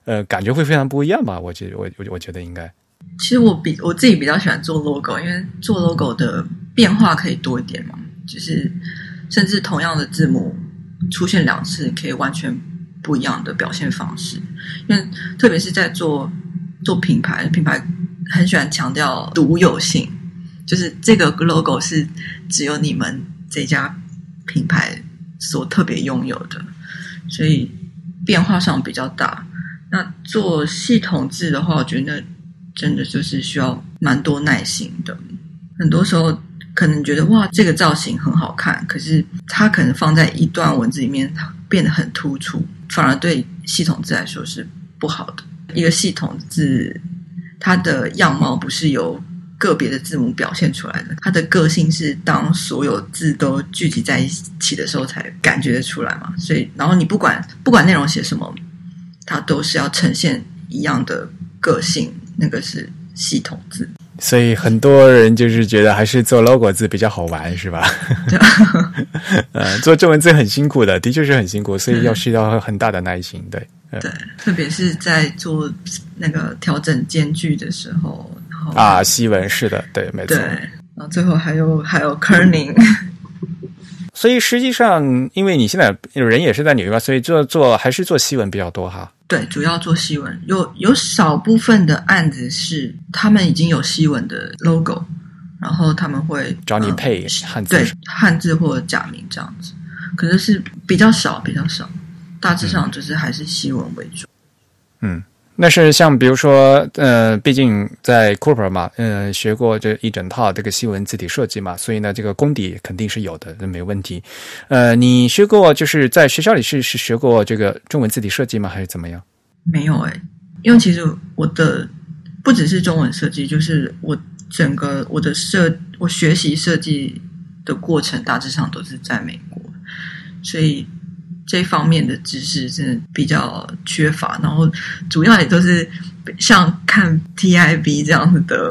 呃，感觉会非常不一样吧？我觉我我我觉得应该。 其实我比我自己比较喜欢做 logo， 因为做 logo 的变化可以多一点嘛，就是甚至同样的字母出现两次，可以完全不一样的表现方式。因为特别是在做做品牌，品牌很喜欢强调独有性，就是这个 logo 是只有你们这家品牌所特别拥有的，所以变化上比较大。那做系统字的话，我觉得真的就是需要蛮多耐心的。很多时候可能觉得哇，这个造型很好看，可是它可能放在一段文字里面变得很突出，反而对系统字来说是不好的。一个系统字它的样貌不是由个别的字母表现出来的，它的个性是当所有字都聚集在一起的时候才感觉得出来嘛。所以然后你不管不管内容写什么，它都是要呈现一样的个性，那个是系统字。 所以很多人就是觉得还是做 logo 字比较好玩，是吧？ 对呃，做中文字很辛苦的，的确是很辛苦，所以要需要很大的耐心。对，嗯、 对，特别是在做那个调整间距的时候，然后啊，西文是的，对，没错。 对，然后最后还有还有 kerning。 所以实际上，因为你现在人也是在纽约嘛，所以做做还是做西文比较多哈。 对，主要做西文，有有少部分的案子是他们已经有西文的 logo， 然后他们会找你配汉字， 对，汉字或者假名这样子，可是是比较少，比较少，大致上就是还是西文为主。 嗯。那是像比如说，呃，毕竟在 corporate 嘛，呃，学过这一整套这个西文字体设计嘛，所以呢，这个功底肯定是有的，这没问题。呃，你学过就是在学校里是是学过这个中文字体设计吗？还是怎么样？ 没有诶、欸，因为其实我的不只是中文设计，就是我整个我的设我学习设计的过程大致上都是在美国，所以这方面的知识真的比较缺乏，然后主要也都是像看 T I B 这样子的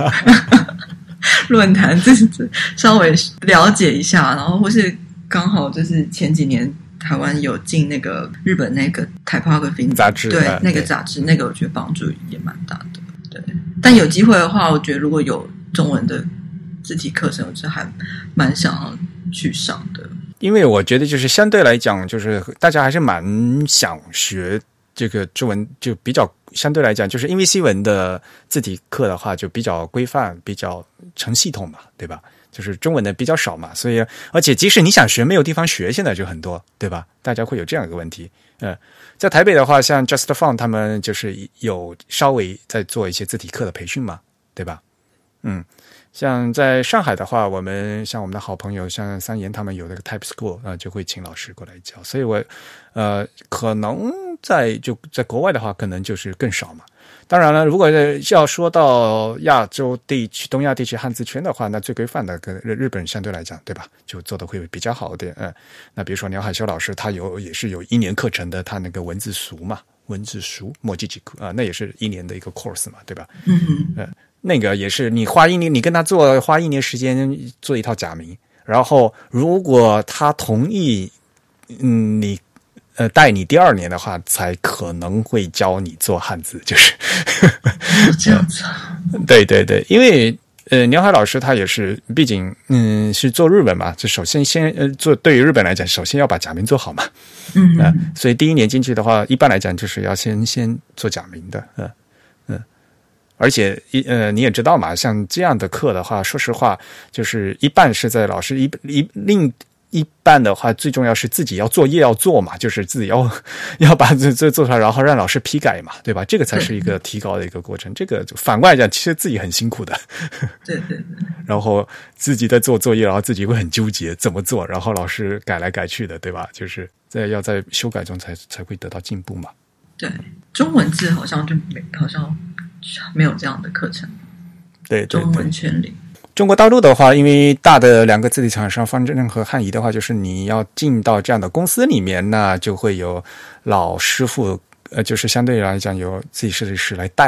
论坛，就是稍微了解一下，然后或是刚好就是前几年台湾有进那个日本那个 typography 杂志， 对、啊、那个杂志，那个我觉得帮助也蛮大的。对，但有机会的话，我觉得如果有中文的字体课程，我是还蛮想要去上的。 因为我觉得就是相对来讲，就是大家还是蛮想学这个中文，就比较相对来讲，就是因为西文的字体课的话就比较规范，比较成系统嘛，对吧？就是中文的比较少嘛，所以而且即使你想学，没有地方学，现在就很多，对吧？大家会有这样一个问题。嗯，在台北的话，像 Just Font 他们就是有稍微在做一些字体课的培训嘛，对吧？嗯。像在上海的话，我们像我们的好朋友像三言他们有那个 Type School 啊、呃，就会请老师过来教，所以我呃可能在就在国外的话，可能就是更少嘛。当然了，如果要说到亚洲地区、东亚地区汉字圈的话，那最规范的跟日本相对来讲，对吧？就做的会比较好一点。嗯，那比如说鸟海修老师，他有也是有一年课程的，他那个文字熟嘛，文字熟墨迹几啊，那也是一年的一个 course 嘛，对吧？ 嗯嗯。 呃那个也是你花一年，你跟他做花一年时间做一套假名，然后如果他同意，嗯，你呃带你第二年的话，才可能会教你做汉字，就是这样子。 对对对，因为呃，鸟海老师他也是，毕竟嗯是做日本嘛，就首先先呃做对于日本来讲，首先要把假名做好嘛， 嗯呃，所以第一年进去的话，一般来讲就是要先先做假名的，嗯、呃。而且一呃你也知道嘛，像这样的课的话，说实话，就是一半是在老师一一另一半的话，最重要是自己要作业要做嘛，就是自己要要把这这做出来，然后让老师批改嘛，对吧？这个才是一个提高的一个过程。这个反过来讲，其实自己很辛苦的。 对对对。 然后自己在做作业，然后自己会很纠结怎么做，然后老师改来改去的，对吧？就是在要在修改中才才会得到进步嘛。 对，中文字好像就没好像。没有这样的课程， 对，对对， 中文圈里。 中国大陆的话，因为大的两个字体厂商方正和汉仪的话，就是你要进到这样的公司里面，那就会有老师傅，呃，就是相对来讲有字体设计师来带嘛，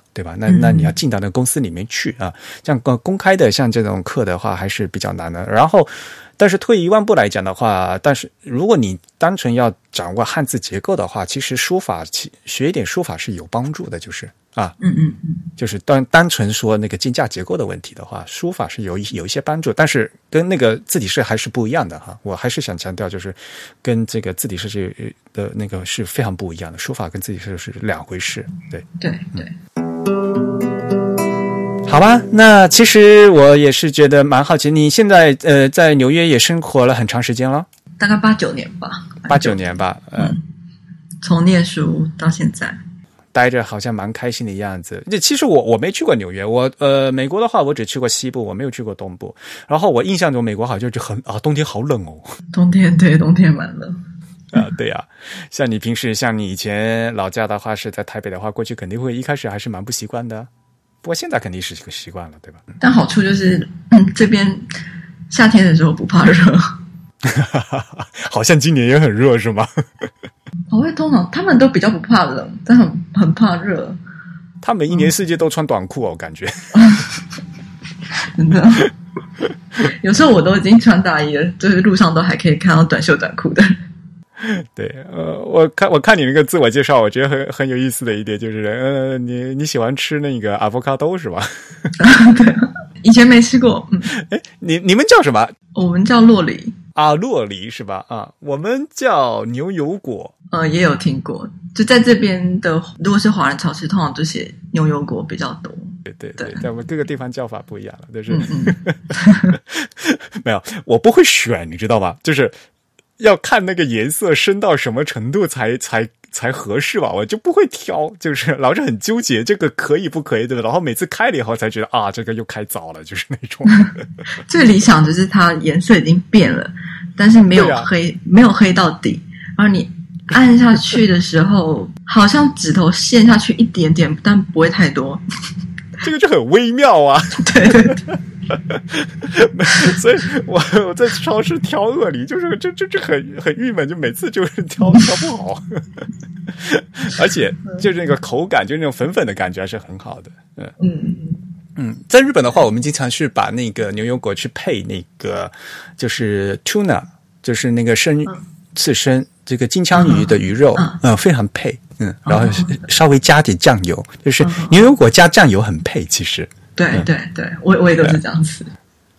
对吧？那那你要进到那个公司里面去啊，像公开的像这种课的话还是比较难的。然后但是退一万步来讲的话，但是如果你单纯要掌握汉字结构的话，其实书法学一点书法是有帮助的，就是啊， 嗯嗯嗯， 就是单单纯说那个金架结构的问题的话，书法是有一有一些帮助，但是跟那个字体设还是不一样的哈。我还是想强调，就是跟这个字体设计的那个是非常不一样的，书法跟字体设计是两回事。对对对。 好吧，那其实我也是觉得蛮好奇，你现在呃在纽约也生活了很长时间了， 大概八九年吧， 八九年吧，呃、 嗯，从念书到现在， 待着好像蛮开心的样子。其实我我没去过纽约，我呃美国的话我只去过西部，我没有去过东部。然后我印象中美国好像就很啊冬天好冷哦， 冬天对冬天蛮冷。 啊，对呀、啊，像你平时像你以前老家的话是在台北的话，过去肯定会一开始还是蛮不习惯的。不过现在肯定是个习惯了，对吧？ 但好处就是，嗯，这边夏天的时候不怕热。 好像今年也很热，是吗？ 好会通常他们都比较不怕冷，但很很怕热。 他们一年四季都穿短裤哦，我感觉。 真的，有时候我都已经穿大衣了，就是路上都还可以看到短袖短裤的。 对，呃，我看我看你那个自我介绍，我觉得很很有意思的一点就是，呃，你你喜欢吃那个 avocado 是吧？ 对，以前没吃过。嗯， 哎，你你们叫什么？ 我们叫洛梨啊，洛梨是吧？啊，我们叫牛油果。 呃，也有听过，就在这边的，如果是华人超市，通常就写牛油果比较多。 对对对，在我们各个地方叫法不一样了，就是、 嗯嗯、 没有，我不会选，你知道吧？就是要看那个颜色深到什么程度才才才合适吧，我就不会挑，就是老是很纠结这个可以不可以，对吧？然后每次开了以后才觉得啊，这个又开早了，就是那种。 最理想就是它颜色已经变了，但是没有黑，啊、没有黑到底，然后你按下去的时候，好像指头陷下去一点点，但不会太多。 这个就很微妙啊。 对对对。 所以我我在超市挑鳄梨，就是这这这很很郁闷，就每次就是挑挑不好，而且就是那个口感，就是那种粉粉的感觉还是很好的。嗯嗯嗯，在日本的话，我们经常是把那个牛油果去配那个就是 tuna， 就是那个生刺身，这个金枪鱼的鱼肉，嗯、呃，非常配。嗯，然后稍微加点酱油，就是牛油果加酱油很配，其实。 对对对，我我也都是这样子。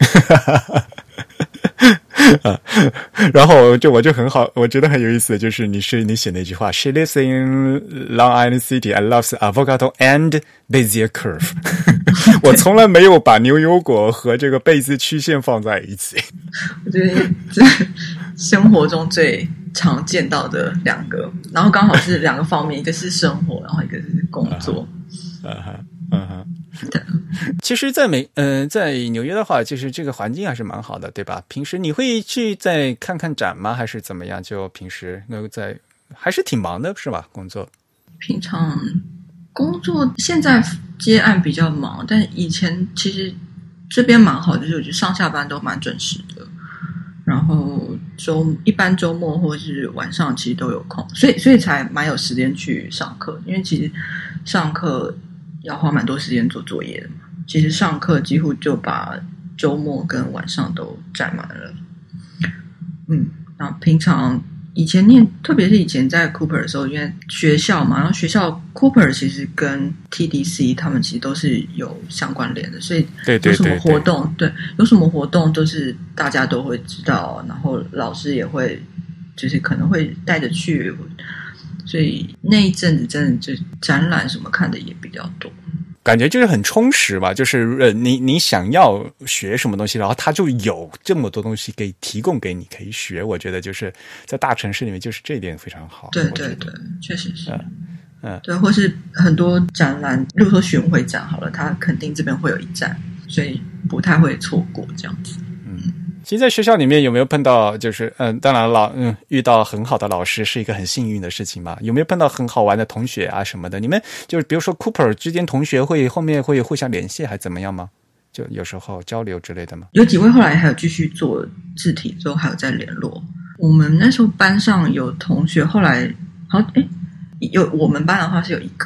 啊，然后就我就很好，我觉得很有意思的就是你是你写那句话 ，She lives in Long Island City and loves avocado and Bezier curve 。我从来没有把牛油果和这个贝兹曲线放在一起。 我觉得这生活中最常见到的两个，然后刚好是两个方面，一个是生活，然后一个是工作。 嗯哼，嗯哼。其实在美嗯、呃，在纽约的话，就是这个环境还是蛮好的，对吧？平时你会去再看看展吗？还是怎么样？就平时那在还是挺忙的，是吧？工作平常工作现在接案比较忙，但以前其实这边蛮好，就是我觉得上下班都蛮准时的。然后周一般周末或是晚上其实都有空，所以所以才蛮有时间去上课。因为其实上课要花蛮多时间做作业的嘛，其实上课几乎就把周末跟晚上都占满了。嗯，然后平常以前念，特别是以前在 Cooper 的时候，因为学校嘛，然后学校 Cooper 其实跟 T D C 他们其实都是有相关联的，所以有什么活动，对，有什么活动都是大家都会知道，然后老师也会就是可能会带着去。所以那一阵子真的就展览什么看的也比较多， 感觉就是很充实吧。就是呃，你你想要学什么东西，然后它就有这么多东西可以提供给你可以学。我觉得就是在大城市里面，就是这一点非常好。 对对对，确实是。嗯嗯， 对，或是很多展览，例如说巡回展好了，它肯定这边会有一站，所以不太会错过这样子。 嗯。其实在学校里面有没有碰到就是嗯，当然老嗯遇到很好的老师是一个很幸运的事情嘛？有没有碰到很好玩的同学啊什么的？你们就是比如说 Cooper 之间同学会后面会互相联系还怎么样吗？就有时候交流之类的吗？ 有几位后来还有继续做字体之后还有在联络。我们那时候班上有同学后来好像诶有我们班的话是有一个，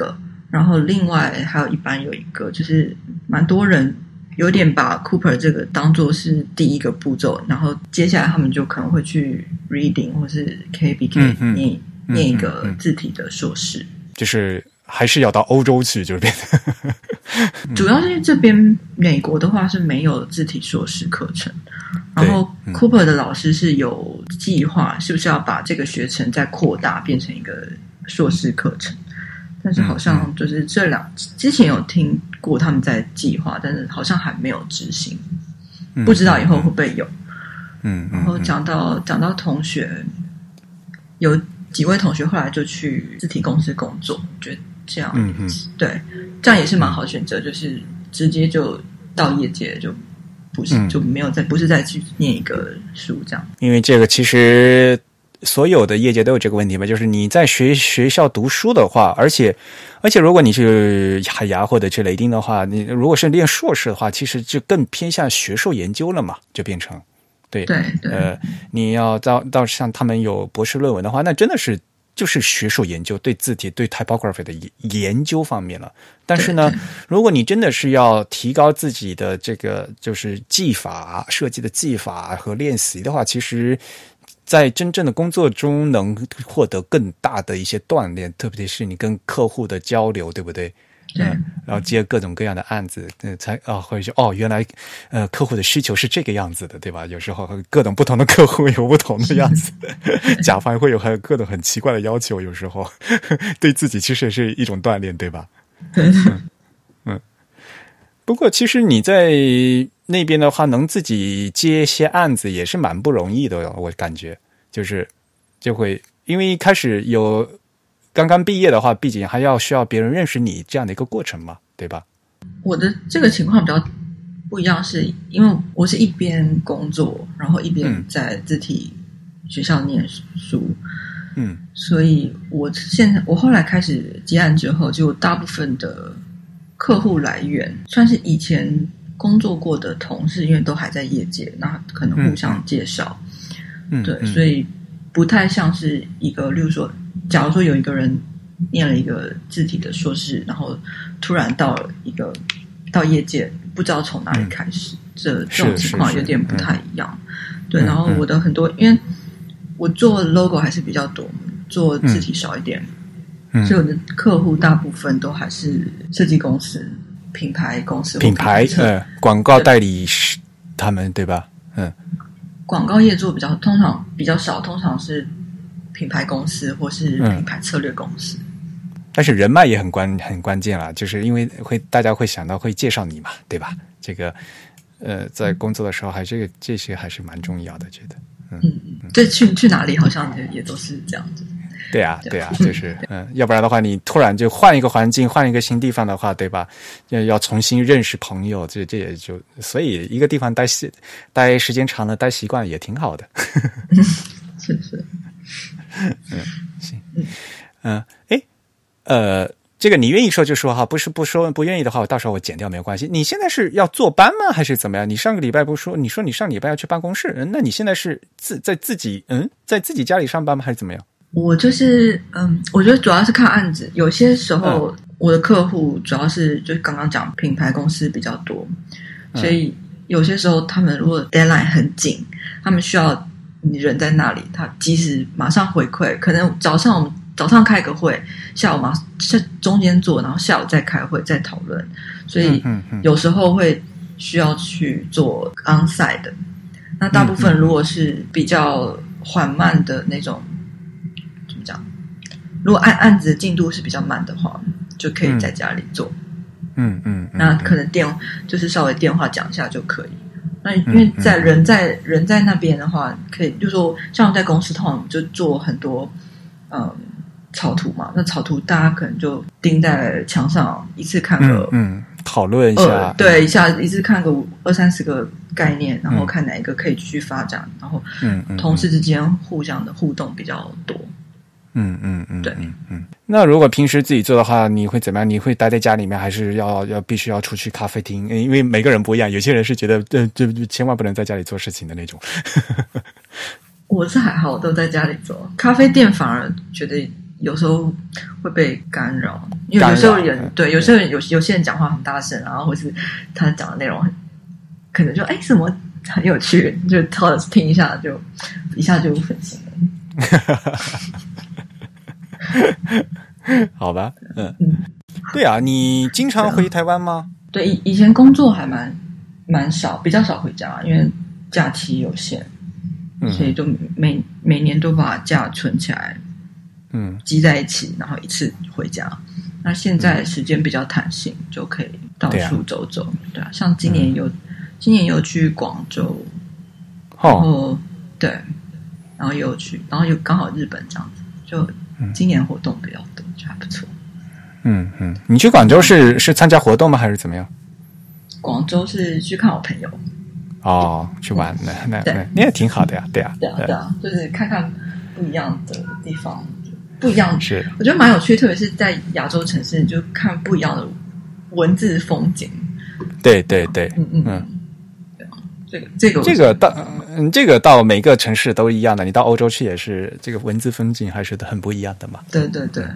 然后另外还有一班有一个，就是蛮多人有点把 Cooper 这个当作是第一个步骤，然后接下来他们就可能会去 Reading 或是 K B K 念、嗯嗯、念一个字体的硕士， 就是还是要到欧洲去，就是变成主要是因为这边美国的话是没有字体硕士课程，然后 Cooper 的老师是有计划是不是要把这个学程再扩大变成一个硕士课程，但是好像就是这两、嗯、之前有听过他们在计划，但是好像还没有执行、嗯、不知道以后会不会有。嗯，然后讲到讲到同学，有几位同学后来就去字体公司工作，我觉得这样嗯嗯对，这样也是蛮好选择，就是直接就到业界，就不是、嗯、就没有再不是再去念一个书这样。 因为这个其实所有的业界都有这个问题嘛，就是你在学学校读书的话，而且而且如果你是海牙或者是雷丁的话，你如果是念硕士的话，其实就更偏向学术研究了嘛，就变成对对对呃，你要到到像他们有博士论文的话，那真的是就是学术研究，对字体对 typography 的研究方面了。但是呢，如果你真的是要提高自己的这个就是技法设计的技法和练习的话，其实在真正的工作中能获得更大的一些锻炼，特别是你跟客户的交流，对不对？ 对、 嗯，然后接各种各样的案子，呃、才啊会说哦，原来呃客户的需求是这个样子的，对吧？有时候各种不同的客户有不同的样子，甲方会有很各种很奇怪的要求，有时候对自己其实也是一种锻炼，对吧？ 对， 嗯嗯。不过其实你在那边的话，能自己接一些案子也是蛮不容易的，我感觉就是就会因为一开始有。刚刚毕业的话，毕竟还要需要别人认识你这样的一个过程嘛，对吧？ 我的这个情况比较不一样，是因为我是一边工作，然后一边在字体学校念书，嗯，所以我现在我后来开始接案之后，就大部分的客户来源算是以前工作过的同事，因为都还在业界，那可能互相介绍，嗯，对，嗯、所以不太像是一个，例如说。假如说有一个人念了一个字体的硕士，然后突然到了一个到业界，不知道从哪里开始，嗯、这这种情况有点不太一样。对，然后我的很多，因为我做 logo 还是比较多，做字体少一点，嗯、所以我的客户大部分都还是设计公司、品牌公司、 品牌呃广告代理他们对吧？嗯， 广告业做比较通常比较少，通常是。品牌公司或是品牌策略公司、 嗯，但是人脉也很关很关键啦，就是因为会大家会想到会介绍你嘛，对吧？这个呃，在工作的时候还是这些还是蛮重要的，觉得嗯嗯，对，去去哪里好像也都是这样子。 对啊，对啊，就是嗯，要不然的话，你突然就换一个环境，换一个新地方的话，对吧？要要重新认识朋友，这这也就所以一个地方待习待时间长了，待习惯也挺好的。 是是。 嗯，行，嗯，哎，呃，这个你愿意说就说哈，不是不说不愿意的话，我到时候我剪掉没有关系。你现在是要坐班吗，还是怎么样？你上个礼拜不说，你说你上礼拜要去办公室，嗯，那你现在是自在自己嗯在自己家里上班吗，还是怎么样？ 我就是嗯，我觉得主要是看案子，有些时候、嗯、我的客户主要是就刚刚讲品牌公司比较多，所以有些时候他们如果 deadline 很紧，他们需要。你人在那里，他即使马上回馈，可能早上我们早上开个会，下午马上中间做，然后下午再开会再讨论，所以有时候会需要去做 onsite 的。那大部分如果是比较缓慢的那种，怎么讲？如果案案子的进度是比较慢的话，就可以在家里做。嗯嗯，那可能电就是稍微电话讲一下就可以。那因为在人在、嗯、人在那边的话，可以就是说，像在公司通常就做很多嗯草图嘛，那草图大家可能就钉在墙上，一次看个嗯讨论一下， 呃、对一下一次看个二三十个概念，然后看哪一个可以继续发展，嗯、然后同事之间互相的互动比较多。 嗯嗯嗯， 对， 嗯嗯。那如果平时自己做的话，你会怎么样？你会待在家里面，还是要要必须要出去咖啡厅？因为每个人不一样，有些人是觉得呃，就千万不能在家里做事情的那种。 我是还好，都在家里做。咖啡店反而觉得有时候会被干扰，因为有时候人对，有时候有有些人讲话很大声，然后或是他讲的内容很可能就哎什么很有趣，就偷着听一下，就一下就分心了。 好吧，嗯嗯，对啊，你经常回台湾吗？ 对，以以前工作还蛮蛮少，比较少回家，因为假期有限，嗯、所以就每每年都把假存起来，嗯，积在一起，然后一次回家。那现在时间比较弹性，嗯、就可以到处走走。对啊，像今年有、嗯、今年有去广州，然后、哦、对，然后也有去，然后又刚好日本这样子，就今年活动比较多，就还不错。嗯嗯，你去广州是是参加活动吗？还是怎么样？ 广州是去看我朋友。 哦，去玩那那那那也挺好的呀，对啊， 对啊，对啊，就是看看不一样的地方，不一样是， 我觉得蛮有趣，特别是在亚洲城市，就看不一样的文字风景。 对对对， 嗯嗯嗯，对啊，这个这个这个到嗯这个到每个城市都一样的，你到欧洲去也是，这个文字风景还是很不一样的嘛。 对对对。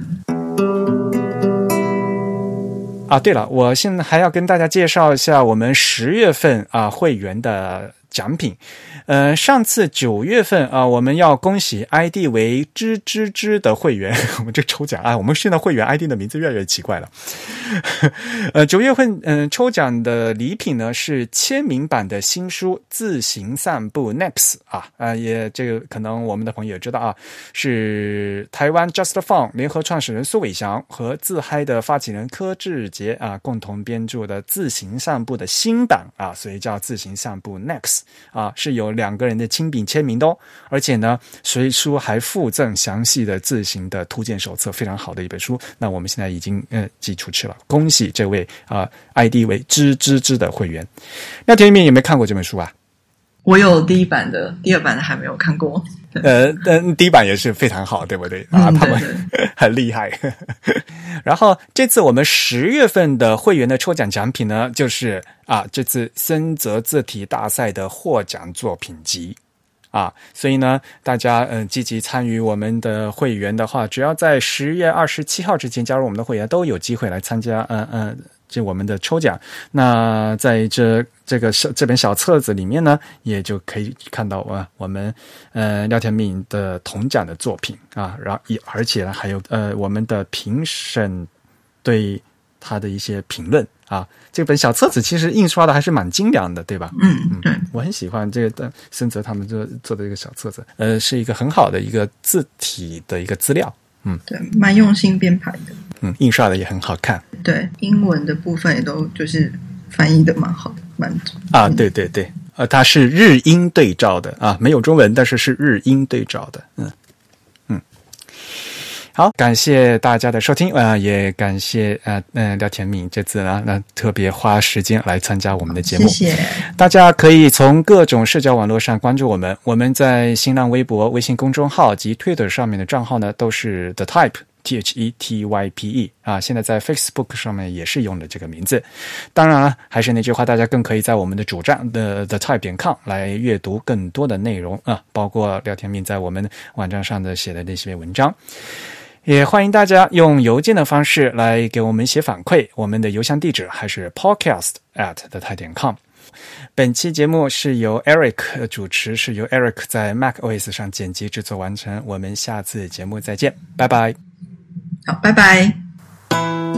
啊，对了，我现在还要跟大家介绍一下我们十月份啊会员的奖品。呃，上次九月份啊，我们要恭喜 I D 为吱吱吱的会员，我们这抽奖啊，我们现在会员 I D 的名字越来越奇怪了。呃，九月份嗯、呃、抽奖的礼品呢是签名版的新书《自行散步 Next》啊，呃也这个可能我们的朋友也知道啊，是台湾 Just Fun 联合创始人苏伟翔和自嗨的发起人柯志杰啊共同编著的《自行散步》的新版啊，所以叫《自行散步 Next》啊，是有两个人的亲笔签名的哦，而且呢，随书还附赠详细的自行的图鉴手册，非常好的一本书。那我们现在已经呃寄出去了，恭喜这位啊、呃、I D 为吱吱吱的会员。廖天明有没有看过这本书啊？ 我有第一版的，第二版的还没有看过。 呃，嗯，第一版也是非常好，对不对？啊， 嗯、 他们很厉害。然后这次我们十月份的会员的抽奖奖品呢，就是啊，这次森泽字体大赛的获奖作品集啊，所以呢，大家嗯、呃、积极参与我们的会员的话，只要在十月二十七号之前加入我们的会员，都有机会来参加，嗯、呃、嗯。呃这我们的抽奖，那在这这个这本小册子里面呢，也就可以看到啊，我们呃廖天命的铜奖的作品啊，然后而且呢还有呃我们的评审对他的一些评论啊。这本小册子其实印刷的还是蛮精良的，对吧？ 嗯嗯，对， 我很喜欢这个森泽他们做做的这个小册子，呃，是一个很好的一个字体的一个资料。嗯， 对，蛮用心编排的。 嗯，印刷的也很好看。 对，英文的部分也都就是翻译的蛮好的，蛮啊，对对对，呃，它是日英对照的啊，没有中文，但是是日英对照的。嗯嗯，好，感谢大家的收听啊、呃，也感谢呃嗯、呃、廖天明这次呢，那特别花时间来参加我们的节目。 谢谢。 大家可以从各种社交网络上关注我们，我们在新浪微博、微信公众号及 Twitter 上面的账号呢，都是 The Type。T H E T Y P E 啊，现在在 Facebook 上面也是用的这个名字。当然了，还是那句话，大家更可以在我们的主站的 the type 点 com 来阅读更多的内容啊，包括廖天命在我们网站上的写的那些文章。也欢迎大家用邮件的方式来给我们写反馈，我们的邮箱地址还是 podcast at the type 点 com。本期节目是由 Eric 主持，是由 Eric 在 macOS 上剪辑制作完成。我们下次节目再见，拜拜。 好，拜拜。